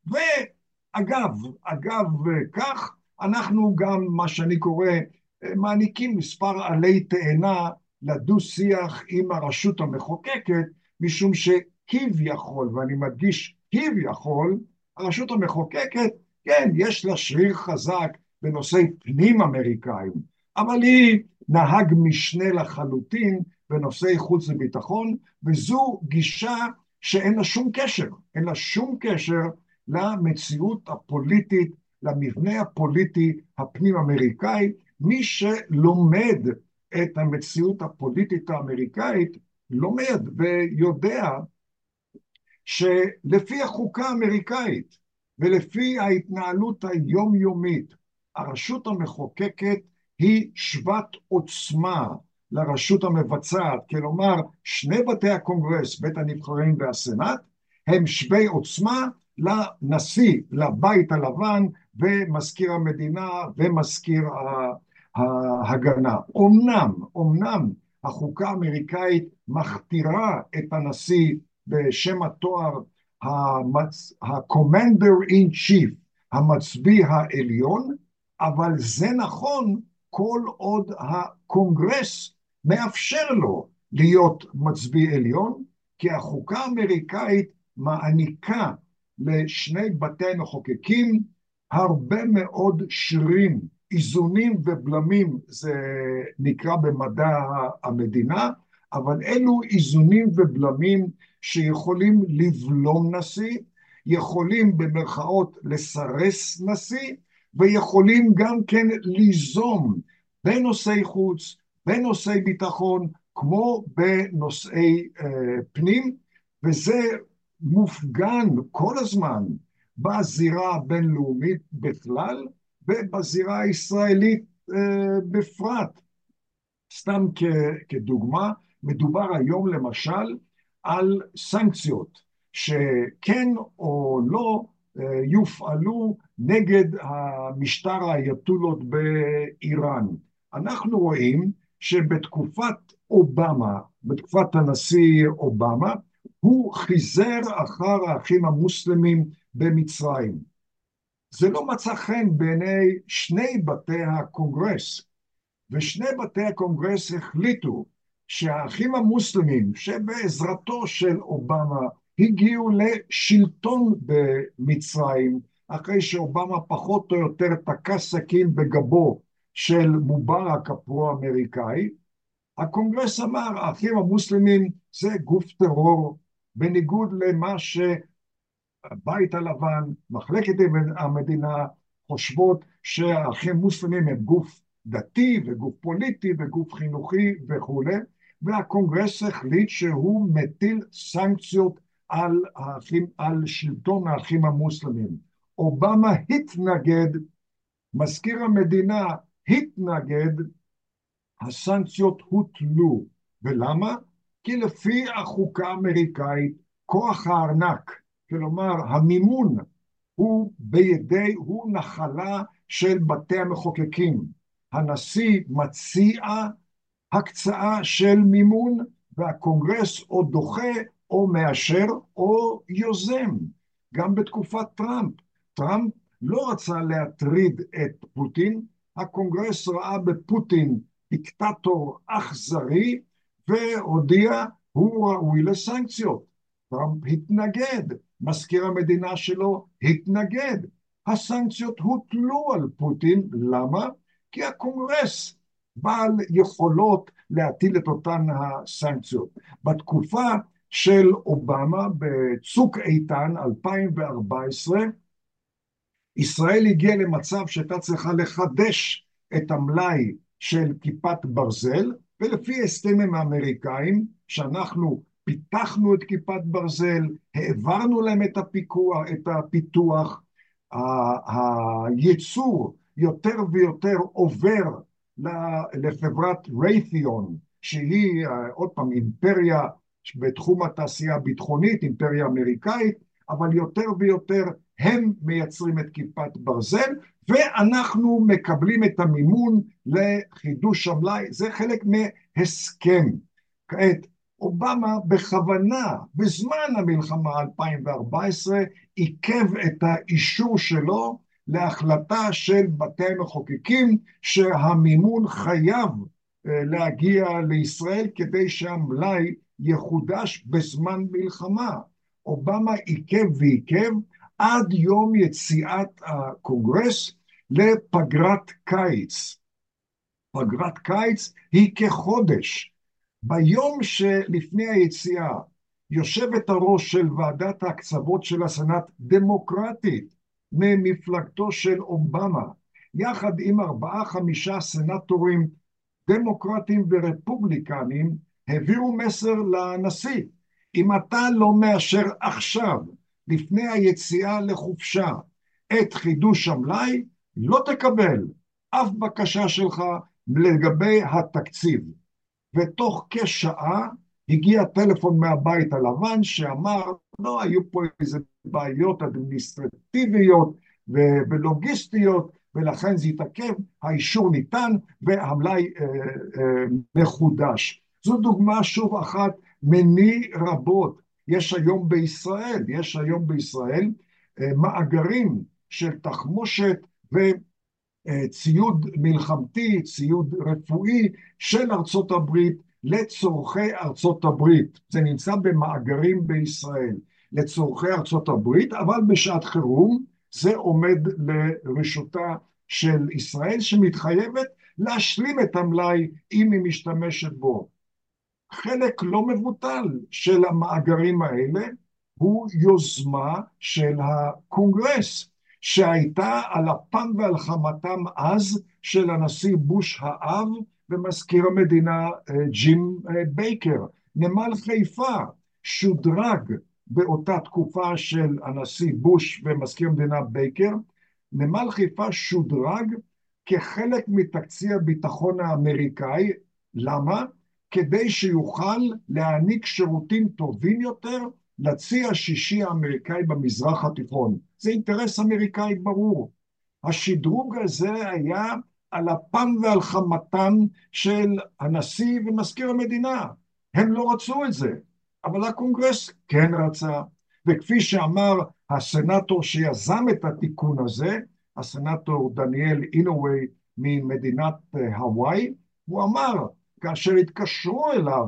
ואגב כך, אנחנו גם, מה שאני קורא, מעניקים מספר עלי תאנה לדו-שיח עם הרשות המחוקקת, משום שכביכול, ואני מדגיש כביכול, הרשות המחוקקת, כן, יש לה שריר חזק בנושאי פנים אמריקאים, אבל היא נהג משנה לחלוטין בנושאי חוץ וביטחון, וזו גישה שאין לה שום קשר, אין לה שום קשר למציאות הפוליטית, למבנה הפוליטי הפנים אמריקאי. מי שלומד את המציאות הפוליטית האמריקאית, לומד ויודע שלפי החוקה האמריקאית ולפי ההתנהלות היומיומית, הרשות המחוקקת היא שוות עוצמה לרשות המבצעת, כלומר שני בתי הקונגרס, בית הנבחרים והסנאט, הם שווי עוצמה לנשיא, לבית הלבן ומזכיר המדינה ומזכיר ההגנה. אמנם החוקה האמריקאית מכתירה את הנשיא בשם התואר ה-Commander in Chief, המצביא העליון, אבל זה נכון כל עוד הקונגרס מאפשר לו להיות מצביא עליון, כי החוקה האמריקאית מעניקה לשני בתי המחוקקים הרבה מאוד שרירים, איזונים ובלמים, זה נקרא במדע המדינה, אבל אלו איזונים ובלמים שיכולים לבלום נשיא, יכולים במרכאות לסרס נשיא, ויכולים גם כן ליזום בנושאי חוץ, בנושאי ביטחון, כמו בנושאי פנים, וזה מופגן כל הזמן בזירה הבינלאומית בכלל, ובזירה הישראלית בפרט. סתם כדוגמה, מדובר היום למשל על סנקציות, שכן או לא יופעלו נגד המשטר האייתולות באיראן. אנחנו רואים שבתקופת אובמה, בתקופת הנשיא אובמה, הוא חיזר אחר האחים המוסלמים במצרים. זה לא מצא חן בעיני שני בתי הקונגרס, ושני בתי הקונגרס החליטו שהאחים המוסלמים שבעזרתו של אובמה הגיעו לשלטון במצרים, אחרי שאובמה פחות או יותר תקע סכין בגבו של מובארק הפרו-אמריקאי, הקונגרס אמר, האחים המוסלמים זה גוף טרור, בניגוד למה שהבית הלבן, מחלקת המדינה, חושבות שהאחים המוסלמים הם גוף דתי וגוף פוליטי וגוף חינוכי וכו', והקונגרס החליט שהוא מטיל סנקציות על שלטון האחים המוסלמים. אובמה התנגד, מזכיר המדינה התנגד, הסנקציות הוטלו. ולמה? כי לפי החוקה האמריקאית, כוח הארנק, כלומר המימון, הוא נחלה של בתי המחוקקים. הנשיא מציע הקצאה של מימון, והקונגרס או דוחה או מאשר או יוזם. גם בתקופת טראמפ לא רצה להטריד את פוטין, הקונגרס ראה בפוטין דיקטטור אכזרי, והודיע הוא ראוי לסנקציות. טראמפ התנגד, מזכיר המדינה שלו התנגד. הסנקציות הוטלו על פוטין, למה? כי הקונגרס בעל יכולות להטיל את אותן הסנקציות. בתקופה של אובמה, בצוק איתן 2014, ישראל הגיעה למצב שהייתה צריכה לחדש את המלאי של כיפת ברזל, ולפי הסכמים האמריקאים, שאנחנו פיתחנו את כיפת ברזל, העברנו להם את הפיתוח, הייצור יותר ויותר עובר לחברת ריית'יון, שהיא עוד פעם אימפריה בתחום התעשייה הביטחונית, אימפריה אמריקאית, אבל יותר ויותר הם מייצרים את כיפת ברזל, ואנחנו מקבלים את המימון לחידוש המלאי, זה חלק מהסכם. כעת, אובמה בכוונה, בזמן המלחמה 2014, עיכב את האישור שלו להחלטה של בתי המחוקקים שהמימון חייב להגיע לישראל כדי שהמלאי יחודש בזמן מלחמה. אובמה עיכב ועיכב עד יום יציאת הקונגרס לפגרת קיץ. פגרת קיץ היא כחודש. ביום שלפני היציאה, יושבת הראש של ועדת ההקצבות של הסנאט דמוקרטית ממפלגתו של אובמה, יחד עם 4-5 סנטורים דמוקרטים ורפובליקנים, העבירו מסר לנשיא. אם אתה לא מאשר עכשיו, לפני היציאה לחופשה, את חידוש המלאי, לא תקבל אף בקשה שלך לגבי התקציב. ותוך כשעה הגיע טלפון מהבית הלבן שאמר, לא, היו פה איזה בעיות אדמיניסטרטיביות ולוגיסטיות, ולכן זה התעכב, האישור ניתן והמלאי מחודש. זו דוגמה שוב אחת מני רבות. יש היום בישראל מאגרים של תחמושת ציוד מלחמתי, ציוד רפואי של ארצות הברית לצורכי ארצות הברית. זה נמצא במאגרים בישראל לצורכי ארצות הברית, אבל בשעת חירום זה עומד לרשותה של ישראל, שמתחייבת להשלים את המלאי אם היא משתמשת בו. חלק לא מבוטל של המאגרים האלה הוא יוזמה של הקונגרס, שהייתה על אפם ועל חמתם אז של הנשיא בוש האב ומזכיר המדינה ג'ים בייקר. נמל חיפה שודרג באותה תקופה של הנשיא בוש ומזכיר המדינה בייקר. נמל חיפה שודרג כחלק מתקציב הביטחון האמריקאי. למה? כדי שיוכל להעניק שירותים טובים יותר לצי השישי האמריקאי במזרח התיכון. זה אינטרס אמריקאי ברור. השדרוג הזה היה על אפם ועל חמתם של הנשיא ומזכיר המדינה. הם לא רצו את זה, אבל הקונגרס כן רצה. וכפי שאמר הסנטור שיזם את התיקון הזה, הסנטור דניאל אינווי ממדינת הוואי, הוא אמר, כאשר התקשרו אליו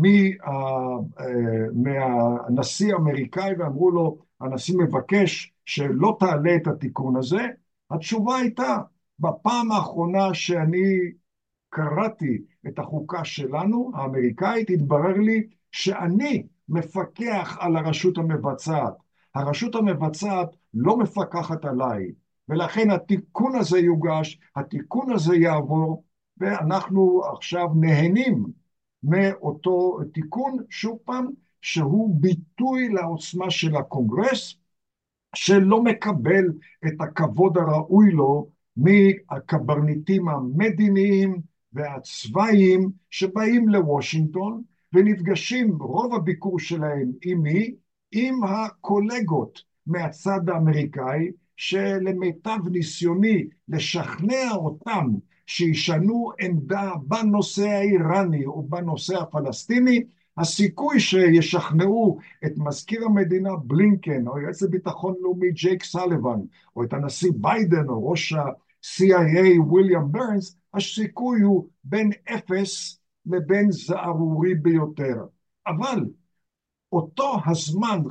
מהנשיא האמריקאי ואמרו לו, הנשיא מבקש שלא תעלה את התיקון הזה, התשובה הייתה, בפעם האחרונה שאני קראתי את החוקה שלנו, האמריקאית, התברר לי שאני מפקח על הרשות המבצעת. הרשות המבצעת לא מפקחת עליי, ולכן התיקון הזה יוגש, התיקון הזה יעבור, ואנחנו עכשיו נהנים מאותו תיקון, שוב פעם, שהוא ביטוי לעוצמה של הקונגרס, שלא מקבל את הכבוד הראוי לו מהקברניטים המדיניים והצבאיים שבאים לוושינגטון ונפגשים, רוב הביקור שלהם עם מי? עם הקולגות מהצד האמריקאי, שלמיטב ניסיוני לשכנע אותם שישנו עמדה בנושא האיראני או בנושא הפלסטיני, הסיכוי שישכנעו את מזכיר המדינה בלינקן או יועץ לביטחון לאומי ג'ייק סליבן או את הנשיא ביידן או ראש ה-CIA וויליאם ברנס, הסיכוי הוא בין 0 לבין זערורי ביותר. אבל אותו הזמן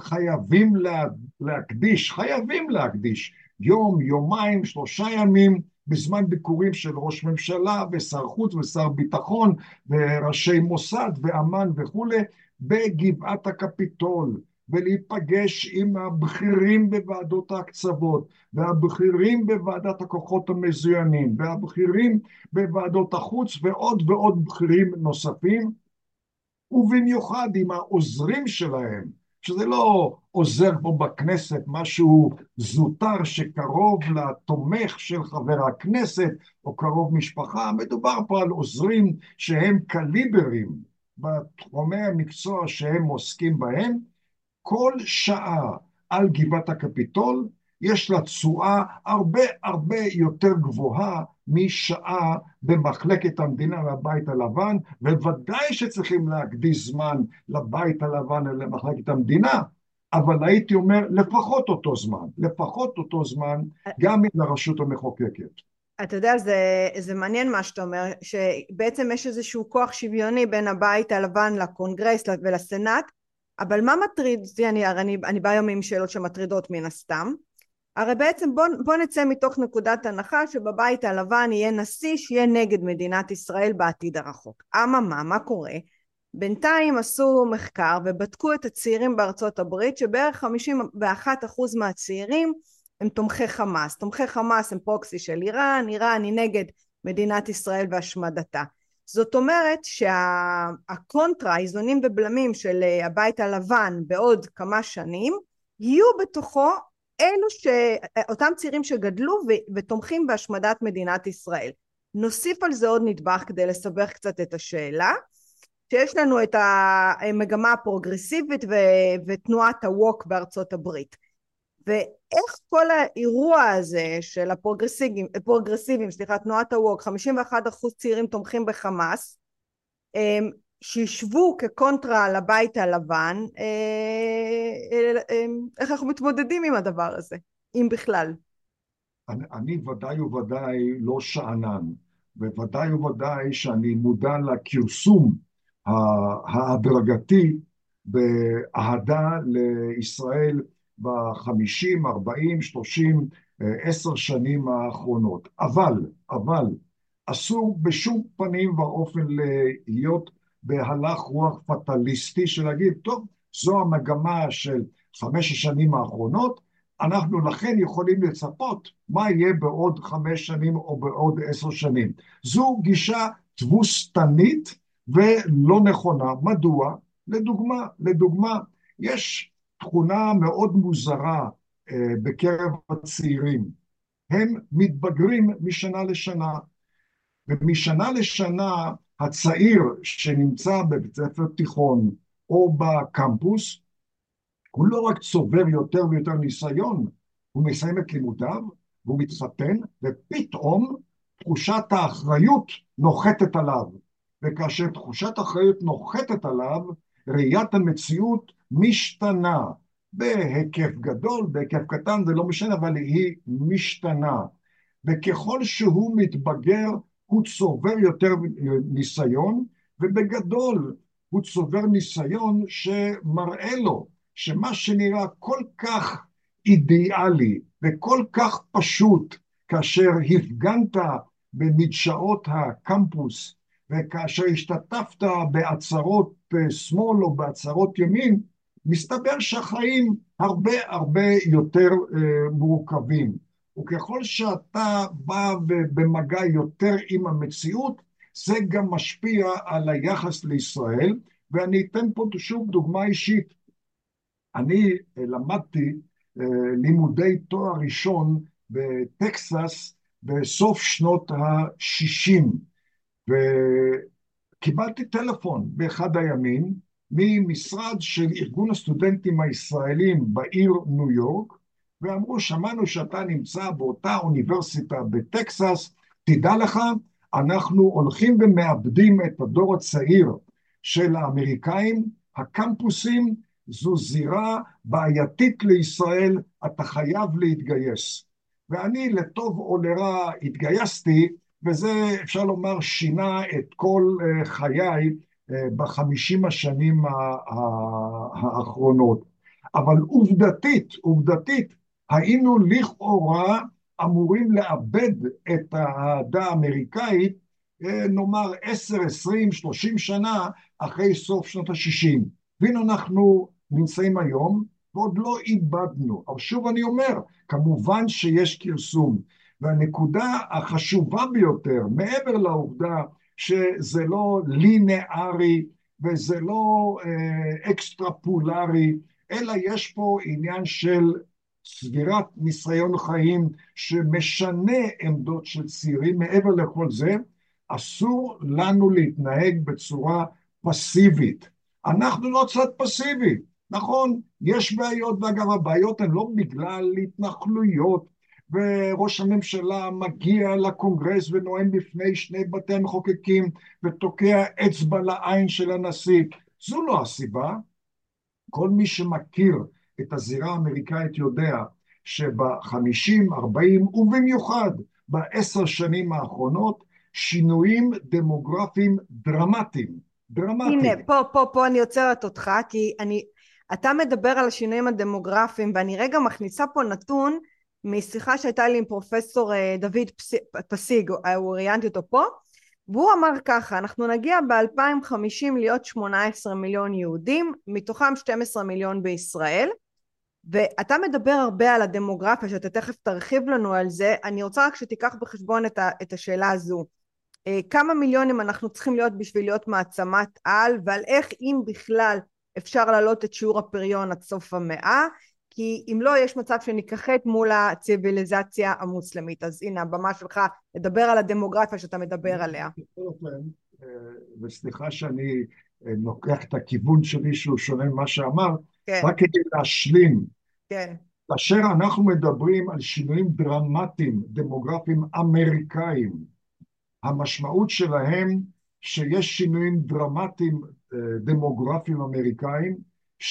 חייבים להקדיש יום, יומיים, 3 ימים בזמן ביקורים של ראש ממשלה ושר חוץ ושר ביטחון וראשי מוסד ואמן וכולי בגבעת הקפיטול, ולהיפגש עם הבכירים בוועדות ההקצבות והבכירים בוועדת הכוחות המזוינים והבכירים בוועדות החוץ ועוד ועוד בכירים נוספים, ובמיוחד עם העוזרים שלהם, שזה לא עוזר פה בכנסת, משהו זוטר שקרוב לתומך של חבר הכנסת או קרוב משפחה, מדובר פה על עוזרים שהם קליברים בתחומי המקצוע שהם עוסקים בהם. כל שעה על גבעת הקפיטול יש לה תשואה הרבה הרבה יותר גבוהה משעה במחלקת המדינה והבית הלבן, ובוודאי שצריכים להקדיש זמן לבית הלבן ולמחלקת המדינה, אבל הייתי אומר לפחות אותו זמן גם לרשות המחוקקת. אתה יודע, זה מעניין מה שאתה אומר, שבעצם יש איזשהו כוח שוויוני בין הבית הלבן לקונגרס ולסנאט, אבל מה מטריד אותי, אני באה היום עם שאלות שמטרידות מן הסתם, הרי בעצם בוא נצא מתוך נקודת הנחה שבבית הלבן יהיה נשיא שיהיה נגד מדינת ישראל בעתיד הרחוק. אממה, מה קורה? בינתיים עשו מחקר ובדקו את הצעירים בארצות הברית, שבערך 51% מהצעירים הם תומכי חמאס. תומכי חמאס הם פרוקסי של איראן, איראן היא נגד מדינת ישראל והשמדתה. זאת אומרת שהקונטרה, האיזונים ובלמים של הבית הלבן בעוד כמה שנים, יהיו בתוכו אותם צעירים שגדלו ותומכים בהשמדת מדינת ישראל. נוסיף על זה עוד נדבך כדי לסבך קצת את השאלה, שיש לנו את המגמה הפרוגרסיבית ותנועת הווק בארצות הברית. ואיך כל האירוע הזה של הפרוגרסיבים, תנועת הווק, 51% צעירים תומכים בחמאס, שישבו כקונטרה לבית הלבן, איך אנחנו מתמודדים עם הדבר הזה, אם בכלל? אני ודאי וודאי לא שאנן, וודאי וודאי שאני מודע לכרסום ההדרגתי באהדה לישראל ב50, 40, 30, 10 שנים האחרונות. אבל, אסור בשום פנים ואופן להיות בהלך רוח פטליסטי של להגיד, טוב, זו המגמה של 5 השנים האחרונות, אנחנו לכן יכולים לצפות מה יהיה בעוד 5 שנים או בעוד 10 שנים. זו גישה תבוסתנית ולא נכונה. מדוע? לדוגמה, יש תכונה מאוד מוזרה בקרב הצעירים. הם מתבגרים משנה לשנה, ומשנה לשנה הצעיר שנמצא בבית ספר תיכון או בקמפוס, הוא לא רק צובר יותר ויותר ניסיון, הוא מסיים את לימודיו, והוא מתחתן, ופתאום תחושת האחריות נוחתת עליו. וכאשר תחושת האחריות נוחתת עליו, ראיית המציאות משתנה. בהיקף גדול, בהיקף קטן, זה לא משנה, אבל היא משתנה. וככל שהוא מתבגר, הוא צובר יותר ניסיון, ובגדול הוא צובר ניסיון שמראה לו שמה שנראה כל כך אידיאלי וכל כך פשוט, כאשר הפגנת במדשאות הקמפוס, וכאשר השתתפת בעצרות שמאל או בעצרות ימין, מסתבר שהחיים הרבה יותר מורכבים. וככל שאתה בא במגע יותר עם המציאות, זה גם משפיע על היחס לישראל, ואני אתן פה שוב דוגמה אישית. אני למדתי לימודי תואר ראשון בטקסס בסוף שנות ה-60, וקיבלתי טלפון באחד הימים ממשרד של ארגון הסטודנטים הישראלים בעיר ניו יורק, ואמרו, שמענו שאתה נמצא באותה אוניברסיטה בטקסס, תדע לך, אנחנו הולכים ומאבדים את הדור הצעיר של האמריקאים, הקמפוסים זו זירה בעייתית לישראל, אתה חייב להתגייס. ואני לטוב או לרע התגייסתי, וזה אפשר לומר שינה את כל חיי ב50 השנים האחרונות. אבל עובדתית, היינו לכאורה אמורים לאבד את האהדה האמריקאית, נאמר 10, 20, 30 שנה אחרי סוף שנות ה-60. והנה אנחנו נמצאים היום, ועוד לא איבדנו. אבל שוב אני אומר, כמובן שיש כרסום. והנקודה החשובה ביותר, מעבר לעובדה שזה לא לינארי, וזה לא אקסטרפולרי, אלא יש פה עניין של צבירת ניסיון חיים שמשנה עמדות של צעירים. מעבר לכל זה, אסור לנו להתנהג בצורה פסיבית. אנחנו לא צד פסיבי, נכון, יש בעיות, ואגב הבעיות הן לא בגלל התנחלויות, וראש הממשלה מגיע לקונגרס ונואם בפני 2 בתי המחוקקים ותוקע אצבע לעין של הנשיא. זו לא הסיבה. כל מי שמכיר את הזירה האמריקאית יודע שב50, 40 ובמיוחד ב10 שנים האחרונות שינויים דמוגרפיים דרמטיים. הנה, פה אני עוצרת אותך, כי אתה מדבר על השינויים הדמוגרפיים, ואני רגע מכניסה פה נתון משיחה שהייתה לי עם פרופסור דוד פסיג, הוא ראיינתי אותו פה, והוא אמר ככה, אנחנו נגיע ב-2050 להיות 18 מיליון יהודים, מתוכם 12 מיליון בישראל, ואתה מדבר הרבה על הדמוגרפיה, שאתה תכף תרחיב לנו על זה, אני רוצה רק שתיקח בחשבון את השאלה הזו, כמה מיליונים אנחנו צריכים להיות בשביל להיות מעצמת על, ועל איך אם בכלל אפשר להעלות את שיעור הפריון עד סוף המאה, כי אם לא יש מצב שנכחת מול הציביליזציה המוסלמית. אז הנה הבמה שלך לדבר על הדמוגרפיה שאתה מדבר עליה. וסליחה שאני לוקח את הכיוון שלי שהוא שונה ממה שאמר, כן. רק כדי להשלים. כן. כאשר אנחנו מדברים על שינויים דרמטיים דמוגרפיים אמריקאים, המשמעות שלהם שיש שינויים דרמטיים דמוגרפיים אמריקאים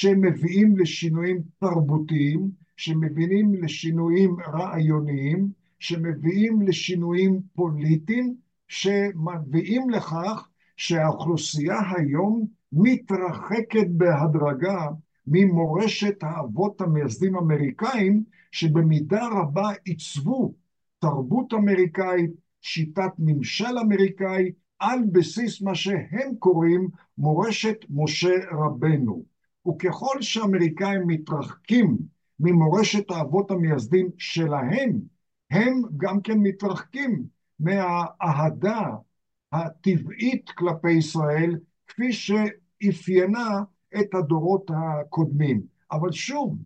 שמביאים לשינויים תרבותיים, שמביאים לשינויים רעיוניים, שמביאים לשינויים פוליטיים, שמביאים לכך שהאוכלוסייה היום מתרחקת בהדרגה ממורשת האבות המייסדים האמריקאים, שבמידה רבה עיצבו תרבות אמריקאית, שיטת ממשל אמריקאי, על בסיס מה שהם קוראים מורשת משה רבנו. וככל שהאמריקאים מתרחקים ממורשת האבות המייסדים שלהם, הם גם כן מתרחקים מהאהדה הטבעית כלפי ישראל, כפי שאפיינה את הדורות הקודמים. אבל שוב,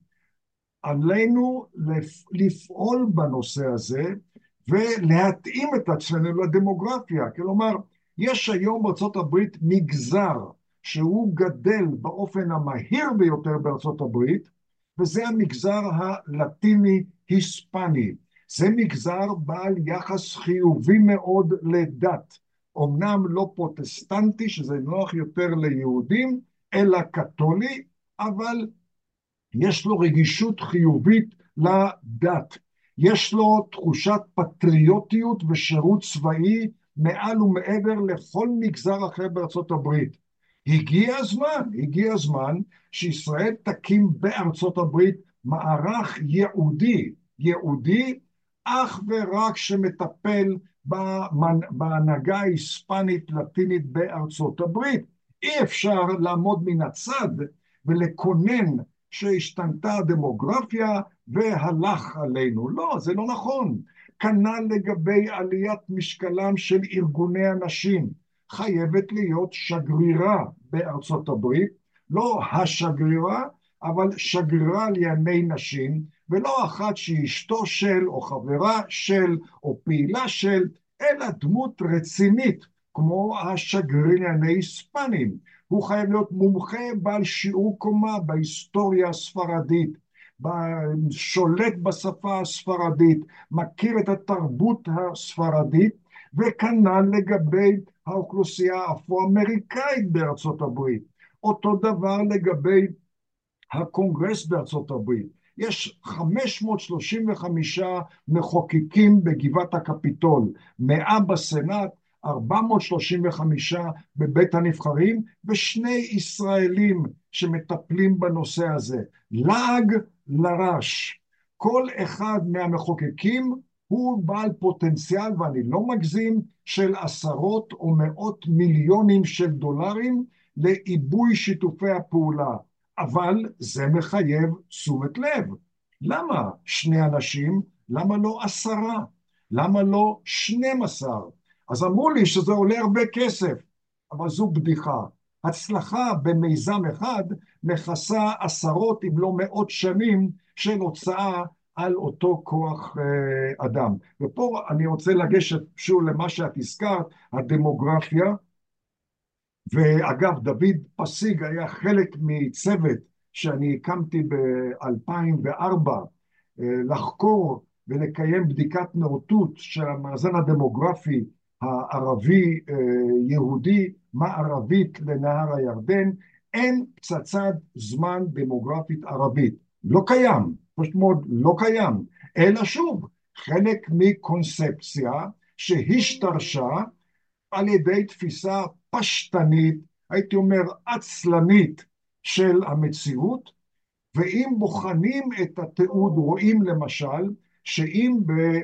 עלינו לפעול בנושא הזה ולהתאים את עצמנו לדמוגרפיה. כלומר, יש היום בארצות הברית מגזר שהוא גדל באופן המהיר ביותר בארצות הברית, וזה המגזר הלטיני-היספני. זה מגזר בעל יחס חיובי מאוד לדת. אמנם לא פרוטסטנטי, שזה נוח יותר ליהודים, אלא קתולי, אבל יש לו רגישות חיובית לדת. יש לו תחושת פטריוטיות ושירות צבאי מעל ומעבר לכל מגזר אחר בארצות הברית. הגיע הזמן שישראל תקים בארצות הברית מערך ייעודי, אך ורק שמטפל בהנהגה ההיספנית לטינית בארצות הברית. אי אפשר לעמוד מן הצד ולקונן שהשתנתה הדמוגרפיה והלך עלינו. לא, זה לא נכון. כנ"ל לגבי עליית משקלם של ארגוני הנשים. חייבת להיות שגרירה בארצות הברית, לא השגרירה, אבל שגרירה לענייני נשים, ולא אחת שהיא אשתו של, או חברה של, או פעילה של, אלא דמות רצינית, כמו השגריר לענייני היספנים. הוא חייב להיות מומחה בעל שיעור קומה בהיסטוריה הספרדית, שולט בשפה הספרדית, מכיר את התרבות הספרדית, וכנ"ל לגבי האוכלוסייה האפרו-אמריקאית בארצות הברית. אותו דבר לגבי הקונגרס בארצות הברית. יש 535 מחוקקים בגבעת הקפיטול, 100 בסנאט, 435 בבית הנבחרים, ושני ישראלים שמטפלים בנושא הזה. לעג לרש. כל אחד מהמחוקקים הוא בעל פוטנציאל, ואני לא מגזים, של עשרות או מאות מיליונים של דולרים לעיבוי שיתופי הפעולה. אבל זה מחייב תשומת לב. למה 2 אנשים? למה לא 10? למה לא 12? אז אמרו לי שזה עולה הרבה כסף, אבל זו בדיחה. הצלחה במיזם אחד מכסה עשרות אם לא מאות שנים של הוצאה על אותו כוח אדם. ופה אני רוצה לגשת שוב למה שאת הזכרת, הדמוגרפיה. ואגב, דוד פסיג היה חלק מצוות שאני הקמתי ב-2004 לחקור ולקיים בדיקת נאותות של המאזן הדמוגרפי הערבי-יהודי מערבית לנהר הירדן. אין פצצת זמן דמוגרפית ערבית. לא קיים, פשוט מאוד לא קיים. אלא שוב, חלק מקונספציה שהשתרשה על ידי תפיסה פשטנית, הייתי אומר עצלנית של המציאות, ואם בוחנים את התיעוד רואים למשל שאם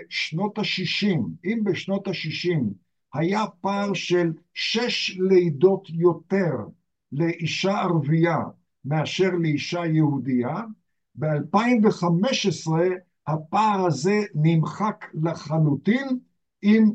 בשנות ה-60 היה פער של 6 לידות יותר לאישה ערבייה מאשר לאישה יהודייה, ב-2015 הפער הזה נמחק לחלוטין עם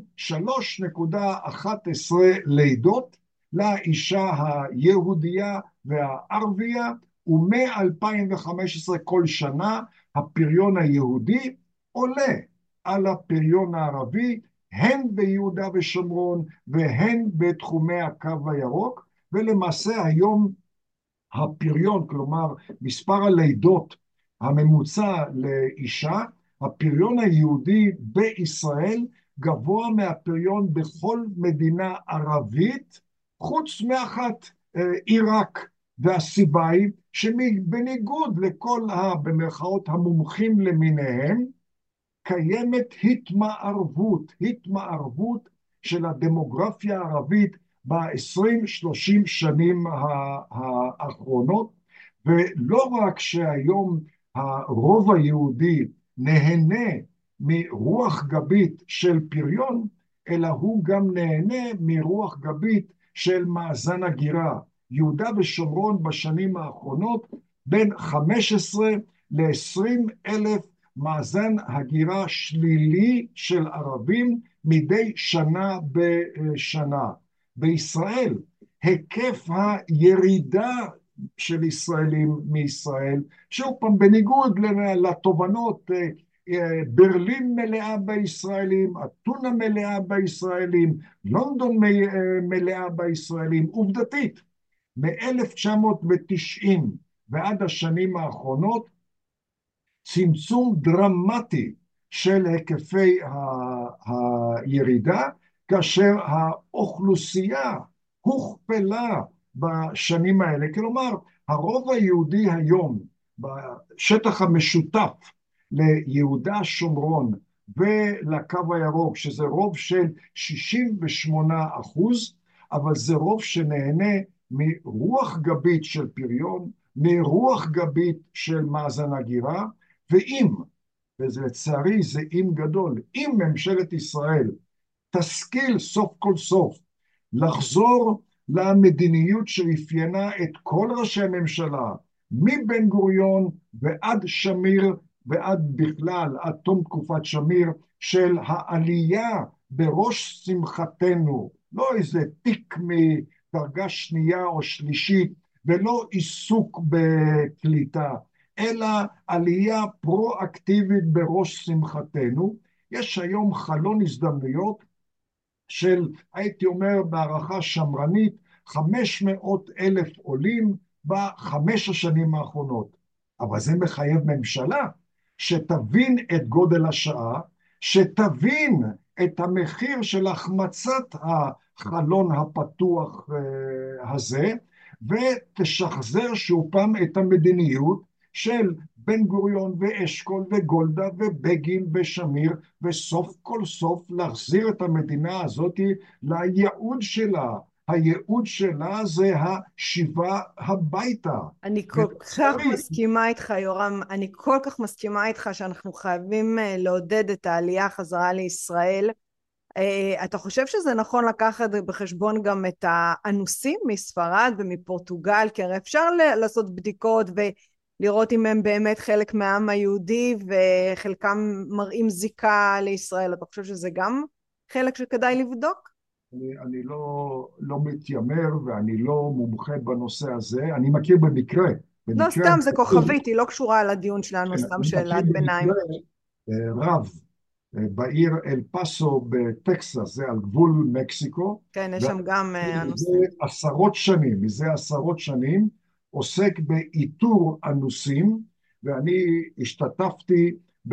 3.11 לידות לאישה היהודייה והערבייה, ומ-2015 כל שנה הפריון היהודי עולה על הפריון הערבי, הן ביהודה ושומרון והן בתחומי הקו הירוק, ולמעשה היום הפריון, כלומר מספר הלידות הממוצע לאישה, הפריון היהודי בישראל גבוה מהפריון בכל מדינה ערבית, חוץ מאחת, עיראק. והסיבה היא שבניגוד לכל במרכאות המומחים למיניהם, קיימת התמערבות של הדמוגרפיה הערבית ב-20-30 שנים האחרונות, ולא רק שהיום הרוב היהודי נהנה מרוח גבית של פריון, אלא הוא גם נהנה מרוח גבית של מאזן הגירה. יהודה ושומרון בשנים האחרונות בין 15 ל-20 אלף מאזן הגירה שלילי של ערבים מדי שנה בשנה. בישראל היקף הירידה של ישראלים מישראל, שוב פעם בניגוד לתובנות, ברלין מלאה בישראלים, אתונה מלאה בישראלים, לונדון מלאה בישראלים, עובדתית, מ-1990 ועד השנים האחרונות, צמצום דרמטי של היקפי הירידה, כאשר האוכלוסייה הוכפלה בשנים האלה. כלומר, הרוב היהודי היום בשטח המשותף ליהודה שומרון ולקו הירוק, שזה רוב של 68%, אבל זה רוב שנהנה מרוח גבית של פריון, מרוח גבית של מאזן הגירה, ואם, ולצערי זה אם גדול, אם ממשלת ישראל תשכיל סוף כל סוף לחזור למדיניות שאפיינה את כל ראשי הממשלה, מבן גוריון ועד שמיר ועד בכלל, עד תום תקופת שמיר, של העלייה בראש שמחתנו, לא איזה תיק מדרגה שנייה או שלישית, ולא עיסוק בקליטה, אלא עלייה פרואקטיבית בראש שמחתנו. יש היום חלון הזדמנויות של, הייתי אומר בהערכה שמרנית, 500,000 עולים בחמש השנים האחרונות. אבל זה מחייב ממשלה שתבין את גודל השעה, שתבין את המחיר של החמצת החלון הפתוח הזה, ותשחזר שוב פעם את המדיניות של בן גוריון ואשכול וגולדה ובגין ושמיר, וסוף כל סוף להחזיר את המדינה הזאת לייעוד שלה. הייעוד שלה זה השיבה הביתה. אני כל כך מסכימה איתך, יורם, אני כל כך מסכימה איתך שאנחנו חייבים לעודד את העלייה חזרה לישראל. אתה חושב שזה נכון לקחת בחשבון גם את האנוסים מספרד ומפורטוגל? כי הרי אפשר לעשות בדיקות ולראות אם הם באמת חלק מהעם היהודי וחלקם מראים זיקה לישראל. אתה חושב שזה גם חלק שכדאי לבדוק? אני לא מתיימר ואני לא מומחה בנושא הזה, אני מכיר במקרה. לא, סתם זה כוכבית, היא לא קשורה לדיון שלנו, סתם שאלת ביניים. רב בעיר אל פאסו בטקסס, זה על גבול מקסיקו. כן, יש שם גם אנוסים. מזה עשרות שנים, עוסק באיתור אנוסים, ואני השתתפתי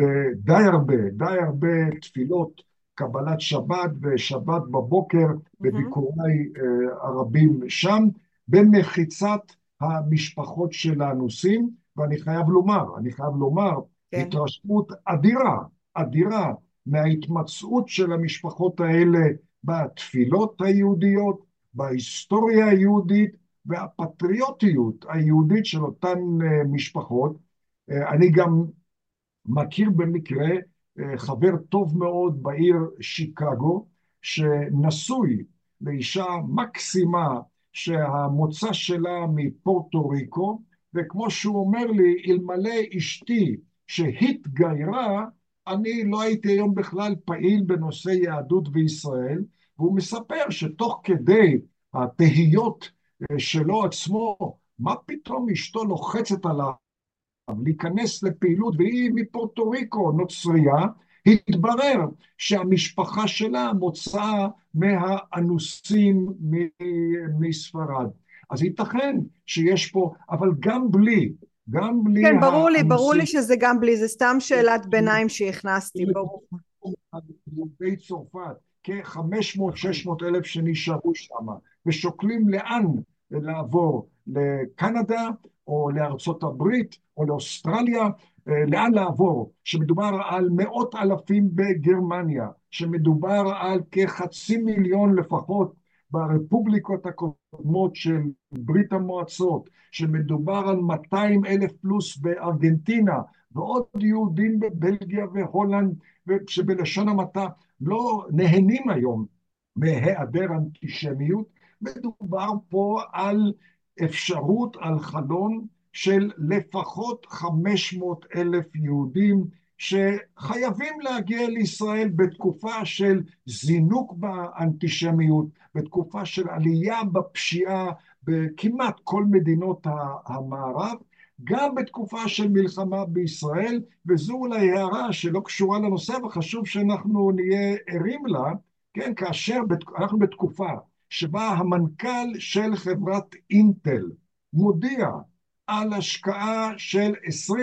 די הרבה תפילות, קבלת שבת ושבת בבוקר, בביקורי הרבים שם, במחיצת המשפחות של האנוסים, ואני חייב לומר, כן. התרשמות אדירה מההתמצאות של המשפחות האלה בתפילות היהודיות, בהיסטוריה היהודית, והפטריוטיות היהודית של אותן משפחות. אני גם מכיר במקרה חבר טוב מאוד בעיר שיקגו, שנשוי לאישה מקסימה שהמוצא שלה מפורטו ריקו, וכמו שהוא אומר לי, אלמלא אשתי שהתגיירה, אני לא הייתי היום בכלל פעיל בנושא יהדות וישראל, והוא מספר שתוך כדי התהיות שלו עצמו, מה פתאום אשתו לוחצת עליו להיכנס לפעילות, והיא מפורטו ריקו, נוצריה, התברר שהמשפחה שלה מוצאה מהאנוסים מספרד. אז ייתכן שיש פה, אבל גם בלי כן, ברור לי שזה גם בלי, זה סתם שאלת ביניים שהכנסתי, ברור. יהודי צרפת, כ-500-600 אלף שנשארו שם, ושוקלים לאן לעבור, לקנדה, או לארצות הברית, או לאוסטרליה, לאן לעבור, שמדובר על מאות אלפים בגרמניה, שמדובר על כחצי מיליון לפחות ברפובליקות הקודמות של ברית המועצות, שמדובר על 200 אלף פלוס בארגנטינה, ועוד יהודים בבלגיה והולנד, שבלשון המעטה לא נהנים היום מהיעדר אנטישמיות. מדובר פה על אפשרות, על חלון של לפחות 500 אלף יהודים שחייבים להגיע לישראל בתקופה של זינוק באנטישמיות, בתקופה של עלייה בפשיעה בכמעט כל מדינות המערב, גם בתקופה של מלחמה בישראל, וזו אולי הערה שלא קשורה לנושא, וחשוב שאנחנו נהיה ערים לה, כן, כאשר אנחנו בתקופה שבה המנכ"ל של חברת אינטל מודיע על השקעה של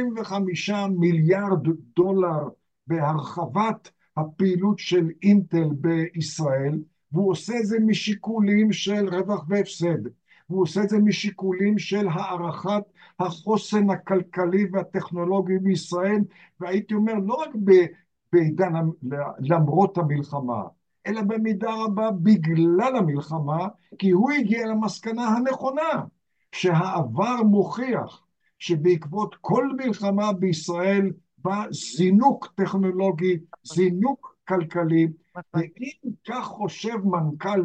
25 מיליארד דולר בהרחבת הפעילות של אינטל בישראל, והוא עושה את זה משיקולים של רווח והפסד, והוא עושה את זה משיקולים של הערכת החוסן הכלכלי והטכנולוגי בישראל, והייתי אומר לא רק בעידן למרות המלחמה, אלא במידה רבה בגלל המלחמה, כי הוא הגיע למסקנה הנכונה, שהעבר מוכיח שבעקבות כל מלחמה בישראל בא זינוק טכנולוגי, זינוק כלכלי, ואם כך חושב מנכ"ל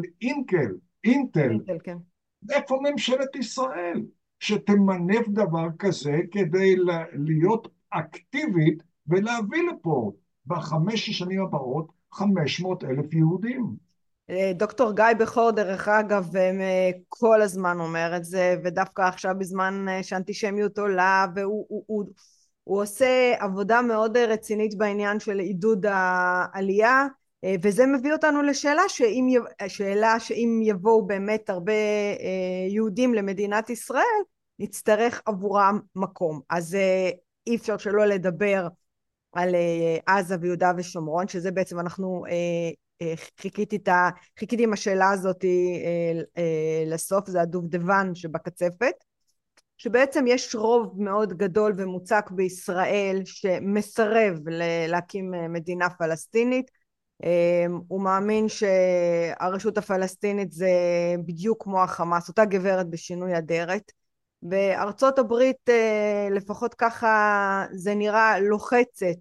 אינטל, כן. איפה ממשלת ישראל שתמנף דבר כזה כדי להיות אקטיבית ולהביא לפה בחמש השנים הבאות 500 אלף יהודים? דוקטור גיא בכור דרך אגב כל הזמן אומר את זה, ודווקא עכשיו בזמן שאנטישמיות עולה, הוא עושה עבודה מאוד רצינית בעניין של עידוד העלייה, וזה מביא אותנו לשאלה שאם יבואו באמת הרבה יהודים למדינת ישראל, נצטרך עבורם מקום. אז אי אפשר שלא לדבר על עזה ויהודה ושומרון, שזה בעצם אנחנו חיכיתי עם השאלה הזאת לסוף, זה הדובדבן שבקצפת, שבעצם יש רוב מאוד גדול ומוצק בישראל שמסרב להקים מדינה פלסטינית. הוא מאמין שהרשות הפלסטינית זה בדיוק כמו החמאס, אותה גברת בשינוי אדרת. בארצות הברית לפחות ככה זה נראה לוחצת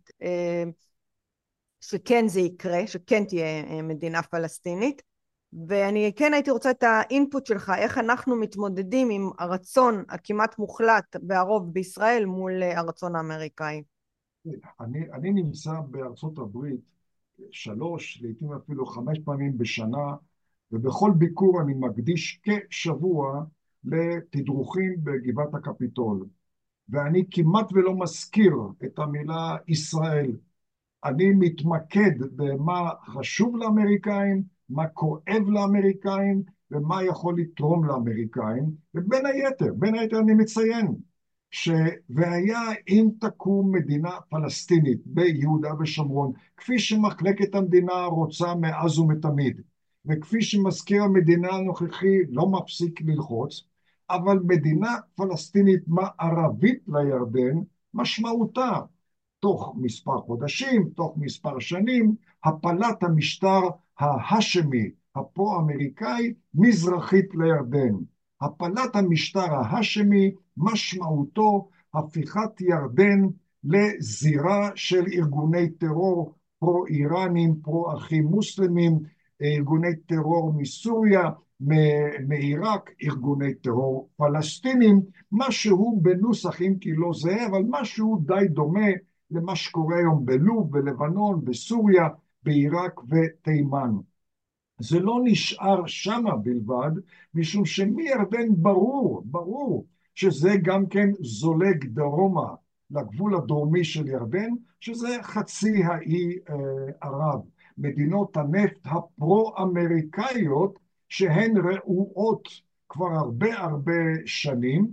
שכן זה יקרה, שכן תהיה מדינה פלסטינית, ואני כן הייתי רוצה את האינפוט שלך, איך אנחנו מתמודדים עם הרצון הכמעט מוחלט והרוב בישראל מול הרצון האמריקאי. אני נמצא בארצות הברית 3, לעתים אפילו 5 פעמים בשנה, ובכל ביקור אני מקדיש כשבוע לתדרוכים בגבעת הקפיטול, ואני כמעט ולא מזכיר את המילה ישראל. אני מתמקד במה חשוב לאמריקאים, מה כואב לאמריקאים, ומה יכול לתרום לאמריקאים, ובין היתר אני מציין, והיה אם תקום מדינה פלסטינית ביהודה ושומרון, כפי שמחלקת המדינה רוצה מאז ומתמיד, וכפי שמזכיר המדינה הנוכחי לא מפסיק ללחוץ, אבל מדינה פלסטינית מערבית לירדן, משמעותה תוך מספר חודשים, תוך מספר שנים, הפלת המשטר ההשמי, הפרו-אמריקאי, מזרחית לירדן. הפלת המשטר ההשמי, משמעותו הפיכת ירדן לזירה של ארגוני טרור פרו-איראנים, פרו-אחים מוסלמים, ארגוני טרור מסוריה, מעיראק, ארגוני טרור פלסטינים, משהו בנוסח, אם כי לא זהה, אבל משהו די דומה למה שקורה היום בלוב, בלבנון, בסוריה, בעיראק ותימן. זה לא נשאר שמה בלבד, משום שמירדן ברור שזה גם כן זולג דרומה לגבול הדרומי של ירדן, שזה חצי האי ערב. מדינות הנפט הפרו-אמריקאיות שהן רעועות כבר הרבה שנים,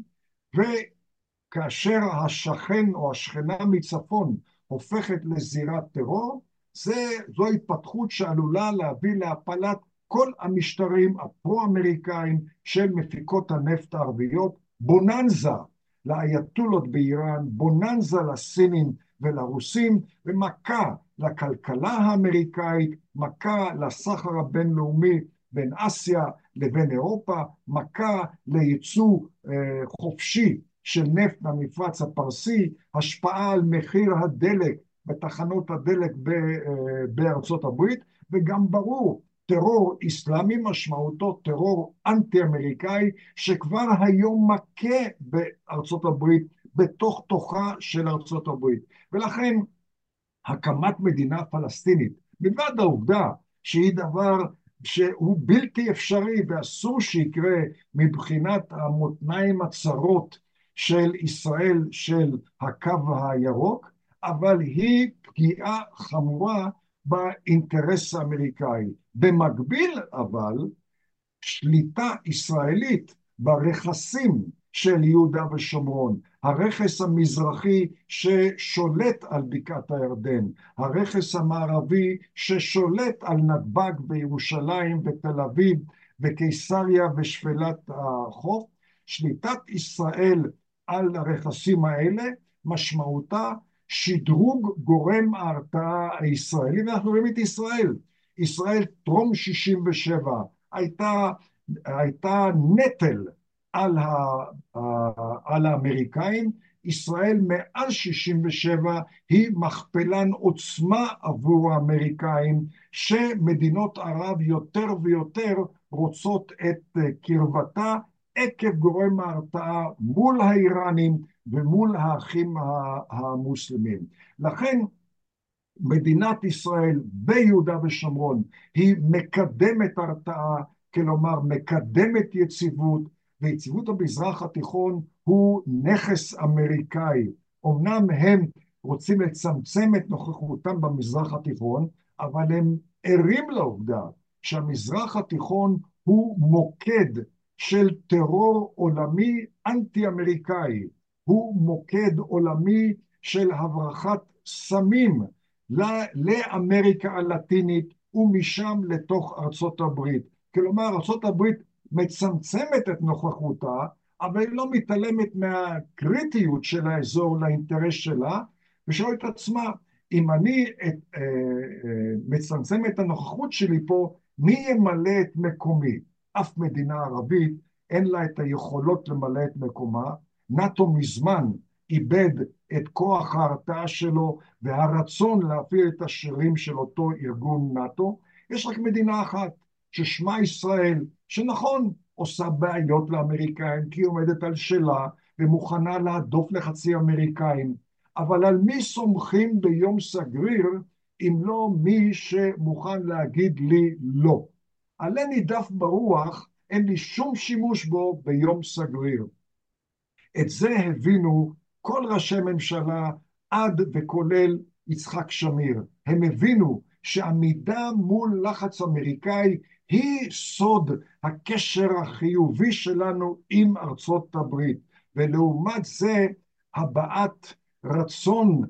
וכאשר השכן או השכנה מצפון הופכת לזירת טרור, זו התפתחות שעלולה להביא להפלת כל המשטרים הפרו-אמריקאים של מפיקות הנפט הערביות. בוננזה, לאייתולות באיראן, בוננזה לסינים ולרוסים, ומכה לכלכלה האמריקאית, מכה לסחר הבינלאומי בין אסיה לבין אירופה, מכה לייצוא חופשי של נפט מהמפרץ הפרסי, השפעה על מחיר הדלק בתחנות הדלק בארצות הברית, וגם ברור, טרור אסלאמי משמעותו טרור אנטי-אמריקאי שכבר היום מכה בארצות הברית, בתוך תוכה של ארצות הברית. ולכן הקמת מדינה פלסטינית, בלבד העובדה שהיא דבר שהוא בלתי אפשרי ואסור שיקרה מבחינת המותניים הצרות של ישראל של הקו הירוק, אבל היא פגיעה חמורה באינטרס האמריקאי. במקביל אבל, שליטה ישראלית ברכסים של יהודה ושומרון, הרכס המזרחי ששולט על בקעת הירדן, הרכס המערבי ששולט על נתב"ג בירושלים ותל אביב וקיסריה ושפלת החוף, שליטת ישראל על הרכסים האלה משמעותה שדרוג גורם ההרתעה הישראלי, ואנחנו רואים את ישראל. ישראל טרום 67' הייתה נטל על האמריקאים. ישראל מעל 67' היא מכפלן עוצמה עבור האמריקאים, שמדינות ערב יותר ויותר רוצות את קרבתה עקב גורם ההרתעה מול האיראנים ומול האחים המוסלמים. לכן מדינת ישראל ביהודה ושומרון היא מקדמת הרתעה, כלומר מקדמת יציבות, ויציבות המזרח התיכון הוא נכס אמריקאי. אמנם הם רוצים לצמצם את נוכחותם במזרח התיכון, אבל הם ערים לעובדה שהמזרח התיכון הוא מוקד של טרור עולמי אנטי-אמריקאי, הוא מוקד עולמי של הברחת סמים לאמריקה הלטינית ומשם לתוך ארצות הברית. כלומר, ארצות הברית מצמצמת את נוכחותה, אבל היא לא מתעלמת מהקריטיות של האזור לאינטרס שלה, ושואלת את עצמה, אם אני מצמצם את הנוכחות שלי פה, מי ימלא את מקומי? אף מדינה ערבית אין לה את היכולות למלא את מקומה. נאט"ו מזמן איבד את כוח ההרתעה שלו והרצון להפעיל את השירים של אותו ארגון נאט"ו. יש רק מדינה אחת ששמה ישראל, שנכון עושה בעיות לאמריקאים כי היא עומדת על שלה ומוכנה להדוף לחצי אמריקאים, אבל על מי סומכים ביום סגריר אם לא מי שמוכן להגיד לי לא? עלה נידף ברוח, אין לי שום שימוש בו ביום סגריר. את זה הבינו כל ראשי ממשלה עד וכולל יצחק שמיר. הם הבינו שעמידה מול לחץ אמריקאי היא סוד הקשר החיובי שלנו עם ארצות הברית, ולעומת זה הבעת רצון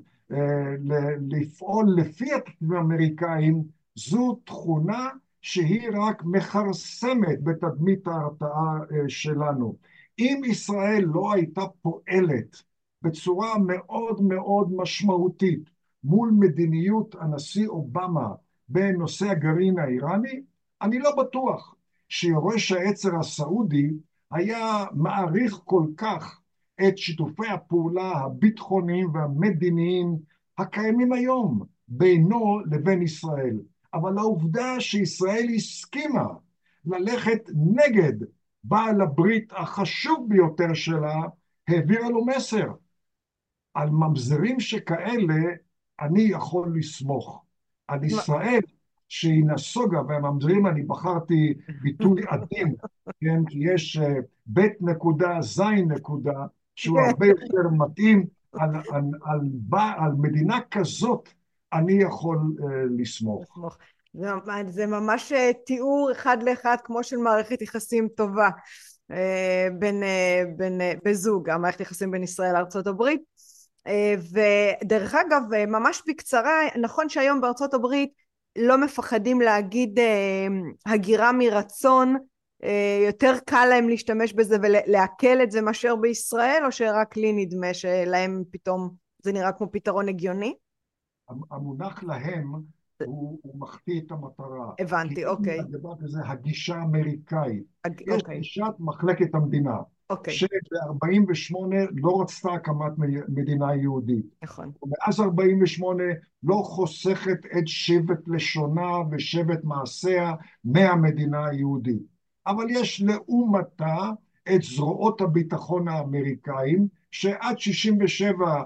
לפעול לפי התקציבים האמריקאים זו תכונה שהיא רק מכרסמת בתדמית ההרתעה שלנו. אם ישראל לא הייתה פועלת בצורה מאוד מאוד משמעותית מול מדיניות הנשיא אובמה בנושא הגרעין האיראני, אני לא בטוח שיורש העצר הסעודי היה מעריך כל כך את שיתופי הפעולה הביטחוניים והמדיניים הקיימים היום בינו לבין ישראל. אבל העובדה שישראל הסכימה ללכת נגד בעל הברית החשוב ביותר שלה, העבירה לו מסר. על ממזרים שכאלה אני יכול לסמוך. על ישראל שהיא נסוגה, והממזרים אני בחרתי ביטוי עדין, כן? כי יש בית נקודה, זין נקודה, שהוא הרבה יותר מתאים על מדינה כזאת, אני יכול לסמוך. זה ממש תיאור אחד לאחד כמו של מערכת יחסים טובה בזוג, המערכת יחסים בין ישראל לארצות הברית. ודרך אגב, ממש בקצרה, נכון שהיום בארצות הברית לא מפחדים להגיד הגירה מרצון יותר קל להם להשתמש בזה ולעכל את זה מאשר בישראל, או שרק לי נדמה שלהם פתאום זה נראה כמו פתרון הגיוני? המונח להם הוא מחטיא את המטרה, כי הבנתי, אין אוקיי. דבר כזה הגישה האמריקאית. יש אוקיי, גישת מחלקת המדינה, אוקיי, שב-48 לא רצתה הקמת מדינה יהודית. נכון. ומאז 48 לא חוסכת את שבט לשונה ושבט מעשיה מהמדינה היהודית. אבל יש לעומתה את זרועות הביטחון האמריקאים, שעד 67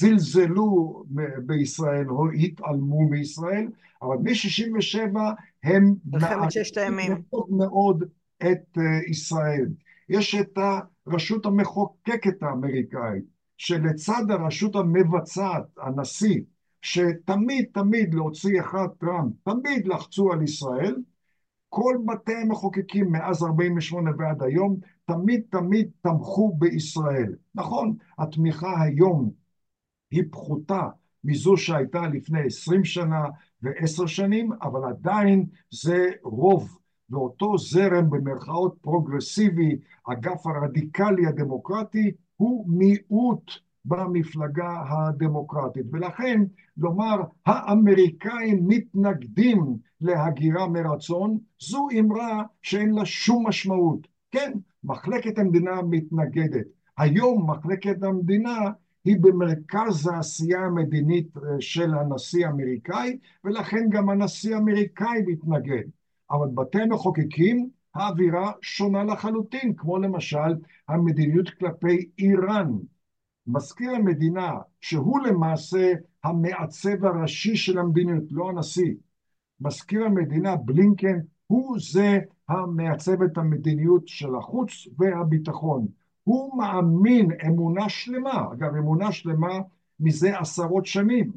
זלזלו בישראל או התעלמו מישראל, אבל מ-67 הם מלחמת ששת מעריכים הימים. מאוד מאוד את ישראל. יש את הרשות המחוקקת האמריקאית, שלצד הרשות המבצעת, הנשיא, שתמיד תמיד להוציא אחד טראמפ, תמיד לחצו על ישראל, כל בתי המחוקקים מאז 48 ועד היום תמיד תמיד תמכו בישראל. נכון, התמיכה היום היא פחותה מזו שהייתה לפני 20 שנה ו10 שנים, אבל עדיין זה רוב. ואותו זרם במרכאות פרוגרסיבי, אגף הרדיקלי הדמוקרטי, הוא מיעוט במפלגה הדמוקרטית. ולכן לומר האמריקאים מתנגדים להגירה מרצון, זו אמרה שאין לה שום משמעות. כן, מחלקת המדינה מתנגדת. היום מחלקת המדינה היא במרכז העשייה המדינית של הנשיא האמריקאי, ולכן גם הנשיא האמריקאי מתנגד. אבל בתי המחוקקים האווירה שונה לחלוטין, כמו למשל המדיניות כלפי איראן. מזכיר המדינה, שהוא למעשה המעצב הראשי של המדיניות, לא הנשיא, מזכיר המדינה בלינקן הוא זה המעצב את המדיניות של החוץ והביטחון. הוא מאמין אמונה שלמה, אגב אמונה שלמה מזה עשרות שנים,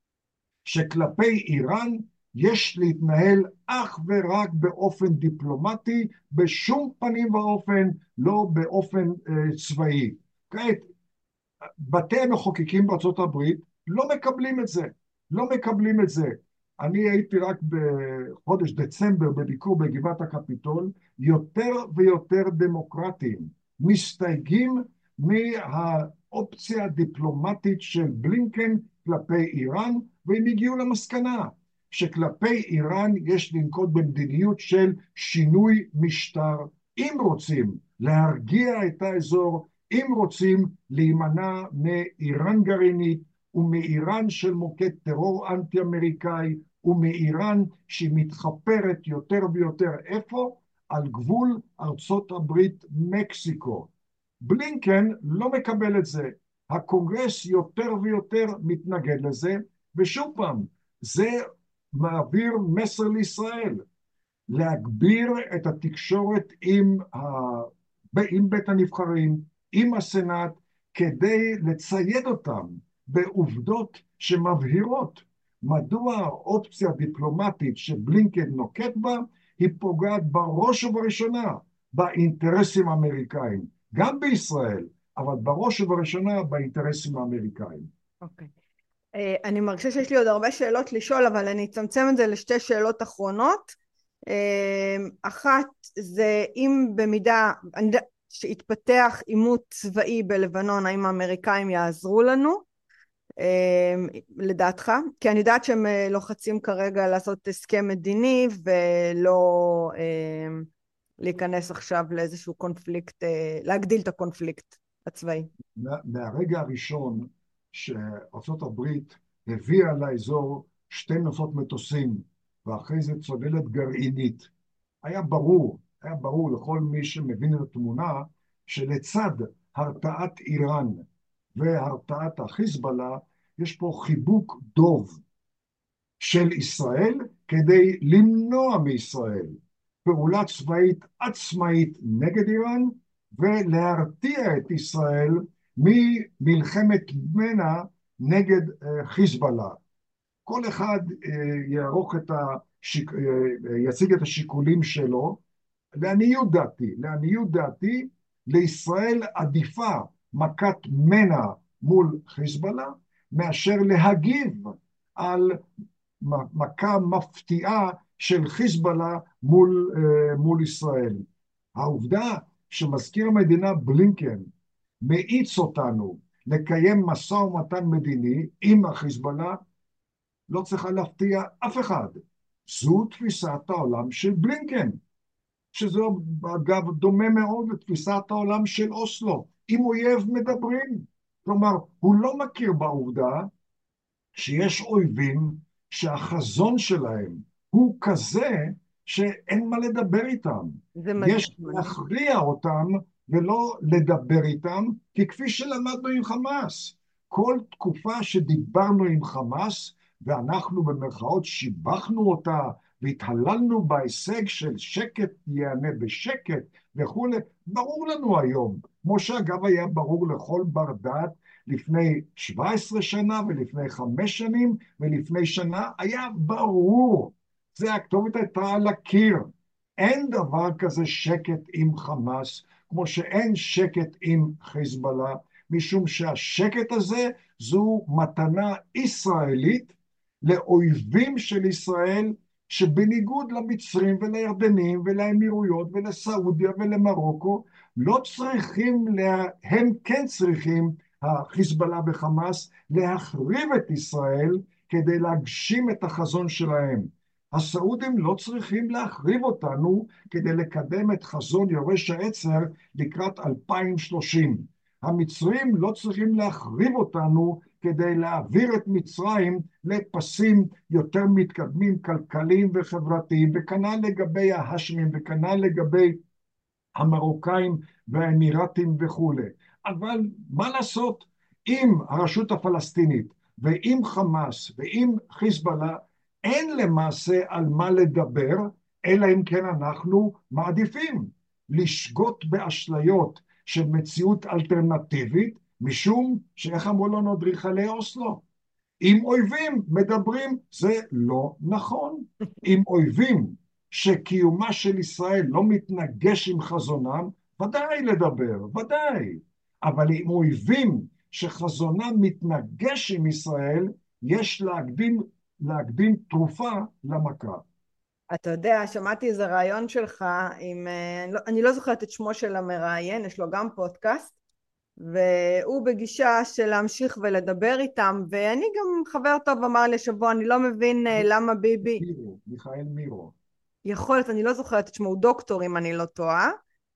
שכלפי איראן יש להתנהל אך ורק באופן דיפלומטי, בשום פנים ואופן לא באופן צבאי. כעת, בתי המחוקקים בארצות הברית לא מקבלים את זה, לא מקבלים את זה. אני הייתי רק בחודש דצמבר בביקור בגבעת הקפיטול, יותר ויותר דמוקרטים מסתייגים מהאופציה הדיפלומטית של בלינקן כלפי איראן, והם הגיעו למסקנה שכלפי איראן יש לנקוט במדיניות של שינוי משטר, אם רוצים להרגיע את האזור, אם רוצים להימנע מאיראן גרעינית ומאיראן של מוקד טרור אנטי-אמריקאי ומאיראן שהיא מתחפרת יותר ויותר איפה? על גבול ארצות הברית מקסיקו. בלינקן לא מקבל את זה, הקונגרס יותר ויותר מתנגד לזה, ושוב פעם, זה מעביר מסר לישראל, להגביר את התקשורת עם בית הנבחרים, עם הסנאט, כדי לצייד אותם בעובדות שמבהירות מדוע האופציה הדיפלומטית שבלינקן נוקט בה, היא פוגעת בראש ובראשונה באינטרסים האמריקאים, גם בישראל, אבל בראש ובראשונה באינטרסים האמריקאים. אוקיי. אני מרגישה שיש לי עוד הרבה שאלות לשאול, אבל אני אצמצם את זה לשתי שאלות אחרונות. אחת זה אם במידה שהתפתח עימות צבאי בלבנון, האם האמריקאים יעזרו לנו לדעתך? כי אני יודעת שהם לוחצים כרגע לעשות הסכם מדיני ולא להיכנס עכשיו לאיזשהו קונפליקט, להגדיל את הקונפליקט הצבאי. מהרגע הראשון שארצות הברית הביאה לאזור שתי נושאות מטוסים ואחרי זה צוללת גרעינית, היה ברור לכל מי שמבין את התמונה שלצד הרתעת איראן והרתעת החיזבאללה יש פה חיבוק דוב של ישראל כדי למנוע מישראל פעולה צבאית עצמאית נגד איראן ולהרתיע את ישראל ממלחמת מנע נגד חיזבאללה. כל אחד יציג את השיקולים שלו. לעניות דעתי, לישראל עדיפה מכת מנע מול חיזבאללה, מאשר להגיב על מכה מפתיעה של חיזבאללה מול ישראל. העובדה שמזכיר המדינה בלינקן מאיץ אותנו לקיים משא ומתן מדיני עם החיזבאללה לא צריכה להפתיע אף אחד. זו תפיסת העולם של בלינקן, שזה אגב דומה מאוד לתפיסת העולם של אוסלו. עם אויב מדברים. כלומר, הוא לא מכיר בעובדה שיש אויבים שהחזון שלהם הוא כזה שאין מה לדבר איתם. זה יש מדהים. להכריע אותם ולא לדבר איתם, כי כפי שלמדנו עם חמאס, כל תקופה שדיברנו עם חמאס, ואנחנו במרכאות שיבחנו אותה, והתהללנו בהישג של שקט יענה בשקט וכולי, ברור לנו היום, כמו שאגב היה ברור לכל בר דעת, לפני 17 שנה ולפני 5 שנים ולפני שנה, היה ברור. זה הכתובת הייתה על הקיר. אין דבר כזה שקט עם חמאס, כמו שאין שקט עם חיזבאללה, משום שהשקט הזה זו מתנה ישראלית לאויבים של ישראל, שבניגוד למצרים ולירדנים ולאמירויות ולסעודיה ולמרוקו, לא צריכים, הם כן צריכים, החיזבאללה וחמאס, להחריב את ישראל כדי להגשים את החזון שלהם. הסעודים לא צריכים להחריב אותנו כדי לקדם את חזון יורש העצר לקראת 2030. המצרים לא צריכים להחריב אותנו כדי להעביר את מצרים לפסים יותר מתקדמים כלכליים וחברתיים, וכנ"ל לגבי ההשמים וכנ"ל לגבי המרוקאים והאמירתים וכולי. אבל מה לעשות, עם הרשות הפלסטינית ועם חמאס ועם חיזבאללה אין למעשה על מה לדבר, אלא אם כן אנחנו מעדיפים לשגות באשליות של מציאות אלטרנטיבית, משום שאיך אמרו לנו אדריכלי אוסלו, עם אויבים מדברים, זה לא נכון. עם אויבים שקיומה של ישראל לא מתנגש עם חזונם, ודאי לדבר, ודאי. אבל עם אויבים שחזונם מתנגש עם ישראל, יש להקדים תרופה למכה. אתה יודע, שמעתי איזה רעיון שלך עם, אני לא זוכרת את שמו של המראיין, יש לו גם פודקאסט, והוא בגישה של להמשיך ולדבר איתם, ואני גם חבר טוב אמר לי שבוע, אני לא מבין למה ביבי, מיכאל מירו. יכול להיות, אני לא זוכרת את שמו, הוא דוקטור אם אני לא טועה,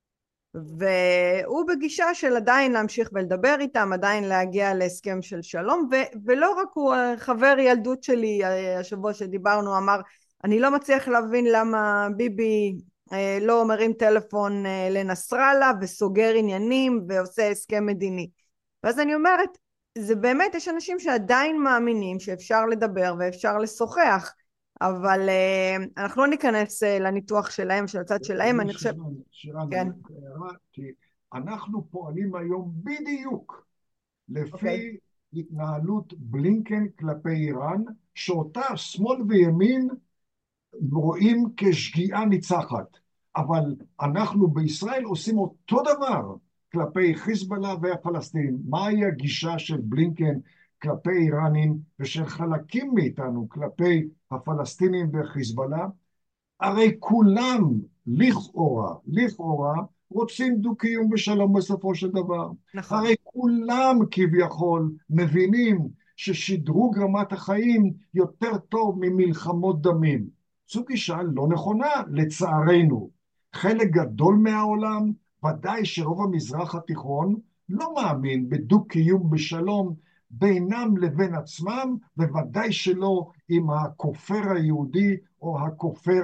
והוא בגישה של עדיין להמשיך ולדבר איתם, עדיין להגיע להסכם של שלום, ולא רק הוא, חבר ילדות שלי השבוע שדיברנו אמר, אני לא מצליח להבין למה ביבי לא מרים טלפון לנסראללה וסוגר עניינים ועושה הסכם מדיני. ואז אני אומרת, זה באמת, יש אנשים שעדיין מאמינים שאפשר לדבר ואפשר לשוחח, אבל אנחנו לא ניכנס לניתוח שלהם, של הצד שלהם, אני חושב... שירן, כן. כי אנחנו פועלים היום בדיוק אוקיי. לפי התנהלות בלינקן כלפי איראן, שאותה שמאל וימין רואים כשגיאה ניצחת. אבל אנחנו בישראל עושים אותו דבר כלפי חיזבאללה והפלסטינים. מהי הגישה של בלינקן כלפי איראנים ושל חלקים מאיתנו כלפי הפלסטינים וחיזבאללה? הרי כולם לכאורה רוצים דו-קיום בשלום בסופו של דבר. נכון. הרי כולם כביכול מבינים ששדרוג רמת החיים יותר טוב ממלחמות דמים. זו גישה לא נכונה, לצערנו. חלק גדול מהעולם, ודאי שרוב המזרח התיכון, לא מאמין בדו-קיום בשלום בינם לבין עצמם, בוודאי שלא עם הכופר היהודי או הכופר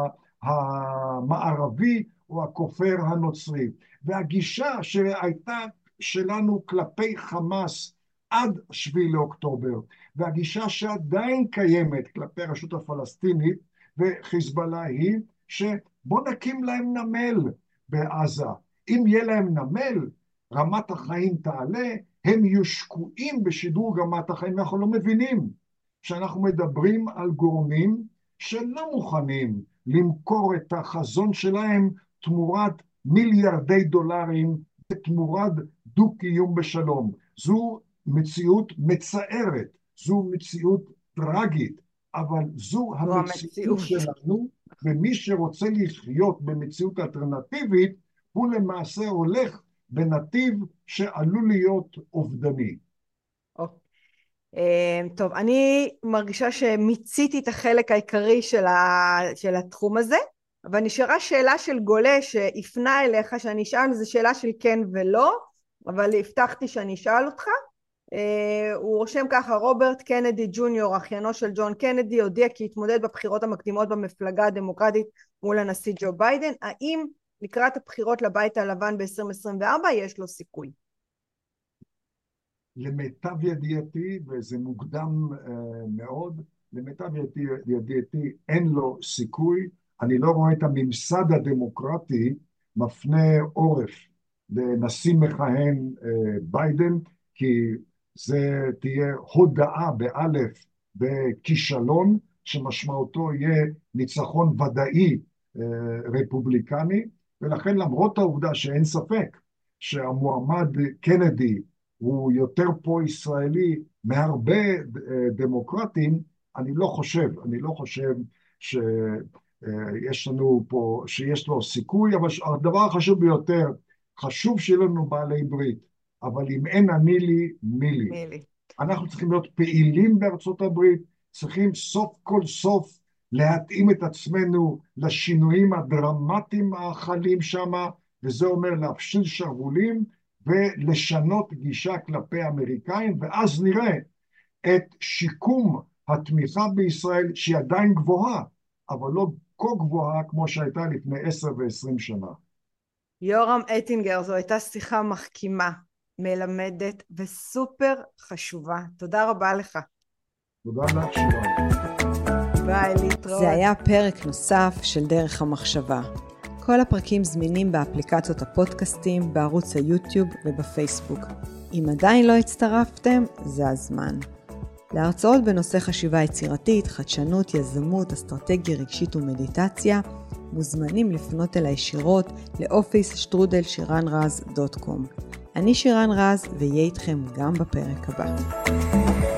המערבי או הכופר הנוצרי. והגישה שהייתה שלנו כלפי חמאס עד 7 לאוקטובר, והגישה שעדיין קיימת כלפי הרשות הפלסטינית וחיזבאללה היא שבוא נקים להם נמל בעזה. אם יהיה להם נמל, רמת החיים תעלה, הם יהיו שקועים בשדרוג רמת החיים. אנחנו לא מבינים שאנחנו מדברים על גורמים שלא מוכנים למכור את החזון שלהם תמורת מיליארדי דולרים ותמורת דו-קיום בשלום. זו מציאות מצערת, זו מציאות טרגית, אבל זו המציאות שלנו, ומי שרוצה לחיות במציאות אלטרנטיבית, הוא למעשה הולך בנתיב שעלול להיות אובדני. טוב, אני מרגישה שמיציתי את החלק העיקרי של התחום הזה, אבל נשארה שאלה של גולה שהפנה אליך, שאני אשאל, זו שאלה של כן ולא, אבל הבטחתי שאני אשאל אותך. הוא רושם ככה: רוברט קנדי ג'וניור, אחיינו של ג'ון קנדי, הודיע כי יתמודד בבחירות המקדימות במפלגה הדמוקרטית מול הנשיא ג'ו ביידן. האם לקראת הבחירות לבית הלבן ב-2024 יש לו סיכוי? למיטב ידיעתי, וזה מוקדם מאוד, למיטב ידיעתי אין לו סיכוי. אני לא רואה את הממסד הדמוקרטי מפנה עורף לנשיא מכהן ביידן, כי זה תהיה הודעה באלף בכישלון, שמשמעותו יהיה ניצחון ודאי רפובליקני, ולכן למרות העובדה שאין ספק שהמועמד קנדי הוא יותר פרו-ישראלי מהרבה דמוקרטים, אני לא חושב שיש לנו פה, שיש לו סיכוי, אבל הדבר החשוב ביותר, חשוב שיהיה לנו בעלי ברית, אבל אם אין אני לי, מי לי. אנחנו צריכים להיות פעילים בארצות הברית, צריכים סוף כל סוף להתאים את עצמנו לשינויים הדרמטיים החלים שם, וזה אומר להפשיל שרוולים, ולשנות גישה כלפי האמריקאים, ואז נראה את שיקום התמיכה בישראל, שהיא עדיין גבוהה, אבל לא כה גבוהה כמו שהייתה לפני 10 ו-20 שנה. יורם אטינגר, זו הייתה שיחה מחכימה, מלמדת וסופר חשובה. תודה רבה לך. תודה לך, שירן. ביי, להתראות. זה היה פרק נוסף של דרך המחשבה. כל הפרקים זמינים באפליקציות הפודקאסטים, בערוץ היוטיוב ובפייסבוק. אם עדיין לא הצטרפתם, זה הזמן. להרצאות בנושא חשיבה יצירתית, חדשנות, יזמות, אסטרטגיה רגשית ומדיטציה, מוזמנים לפנות אליי ישירות ל-office@shiranraz.com. אני שירן רז, ויהיה איתכם גם בפרק הבא.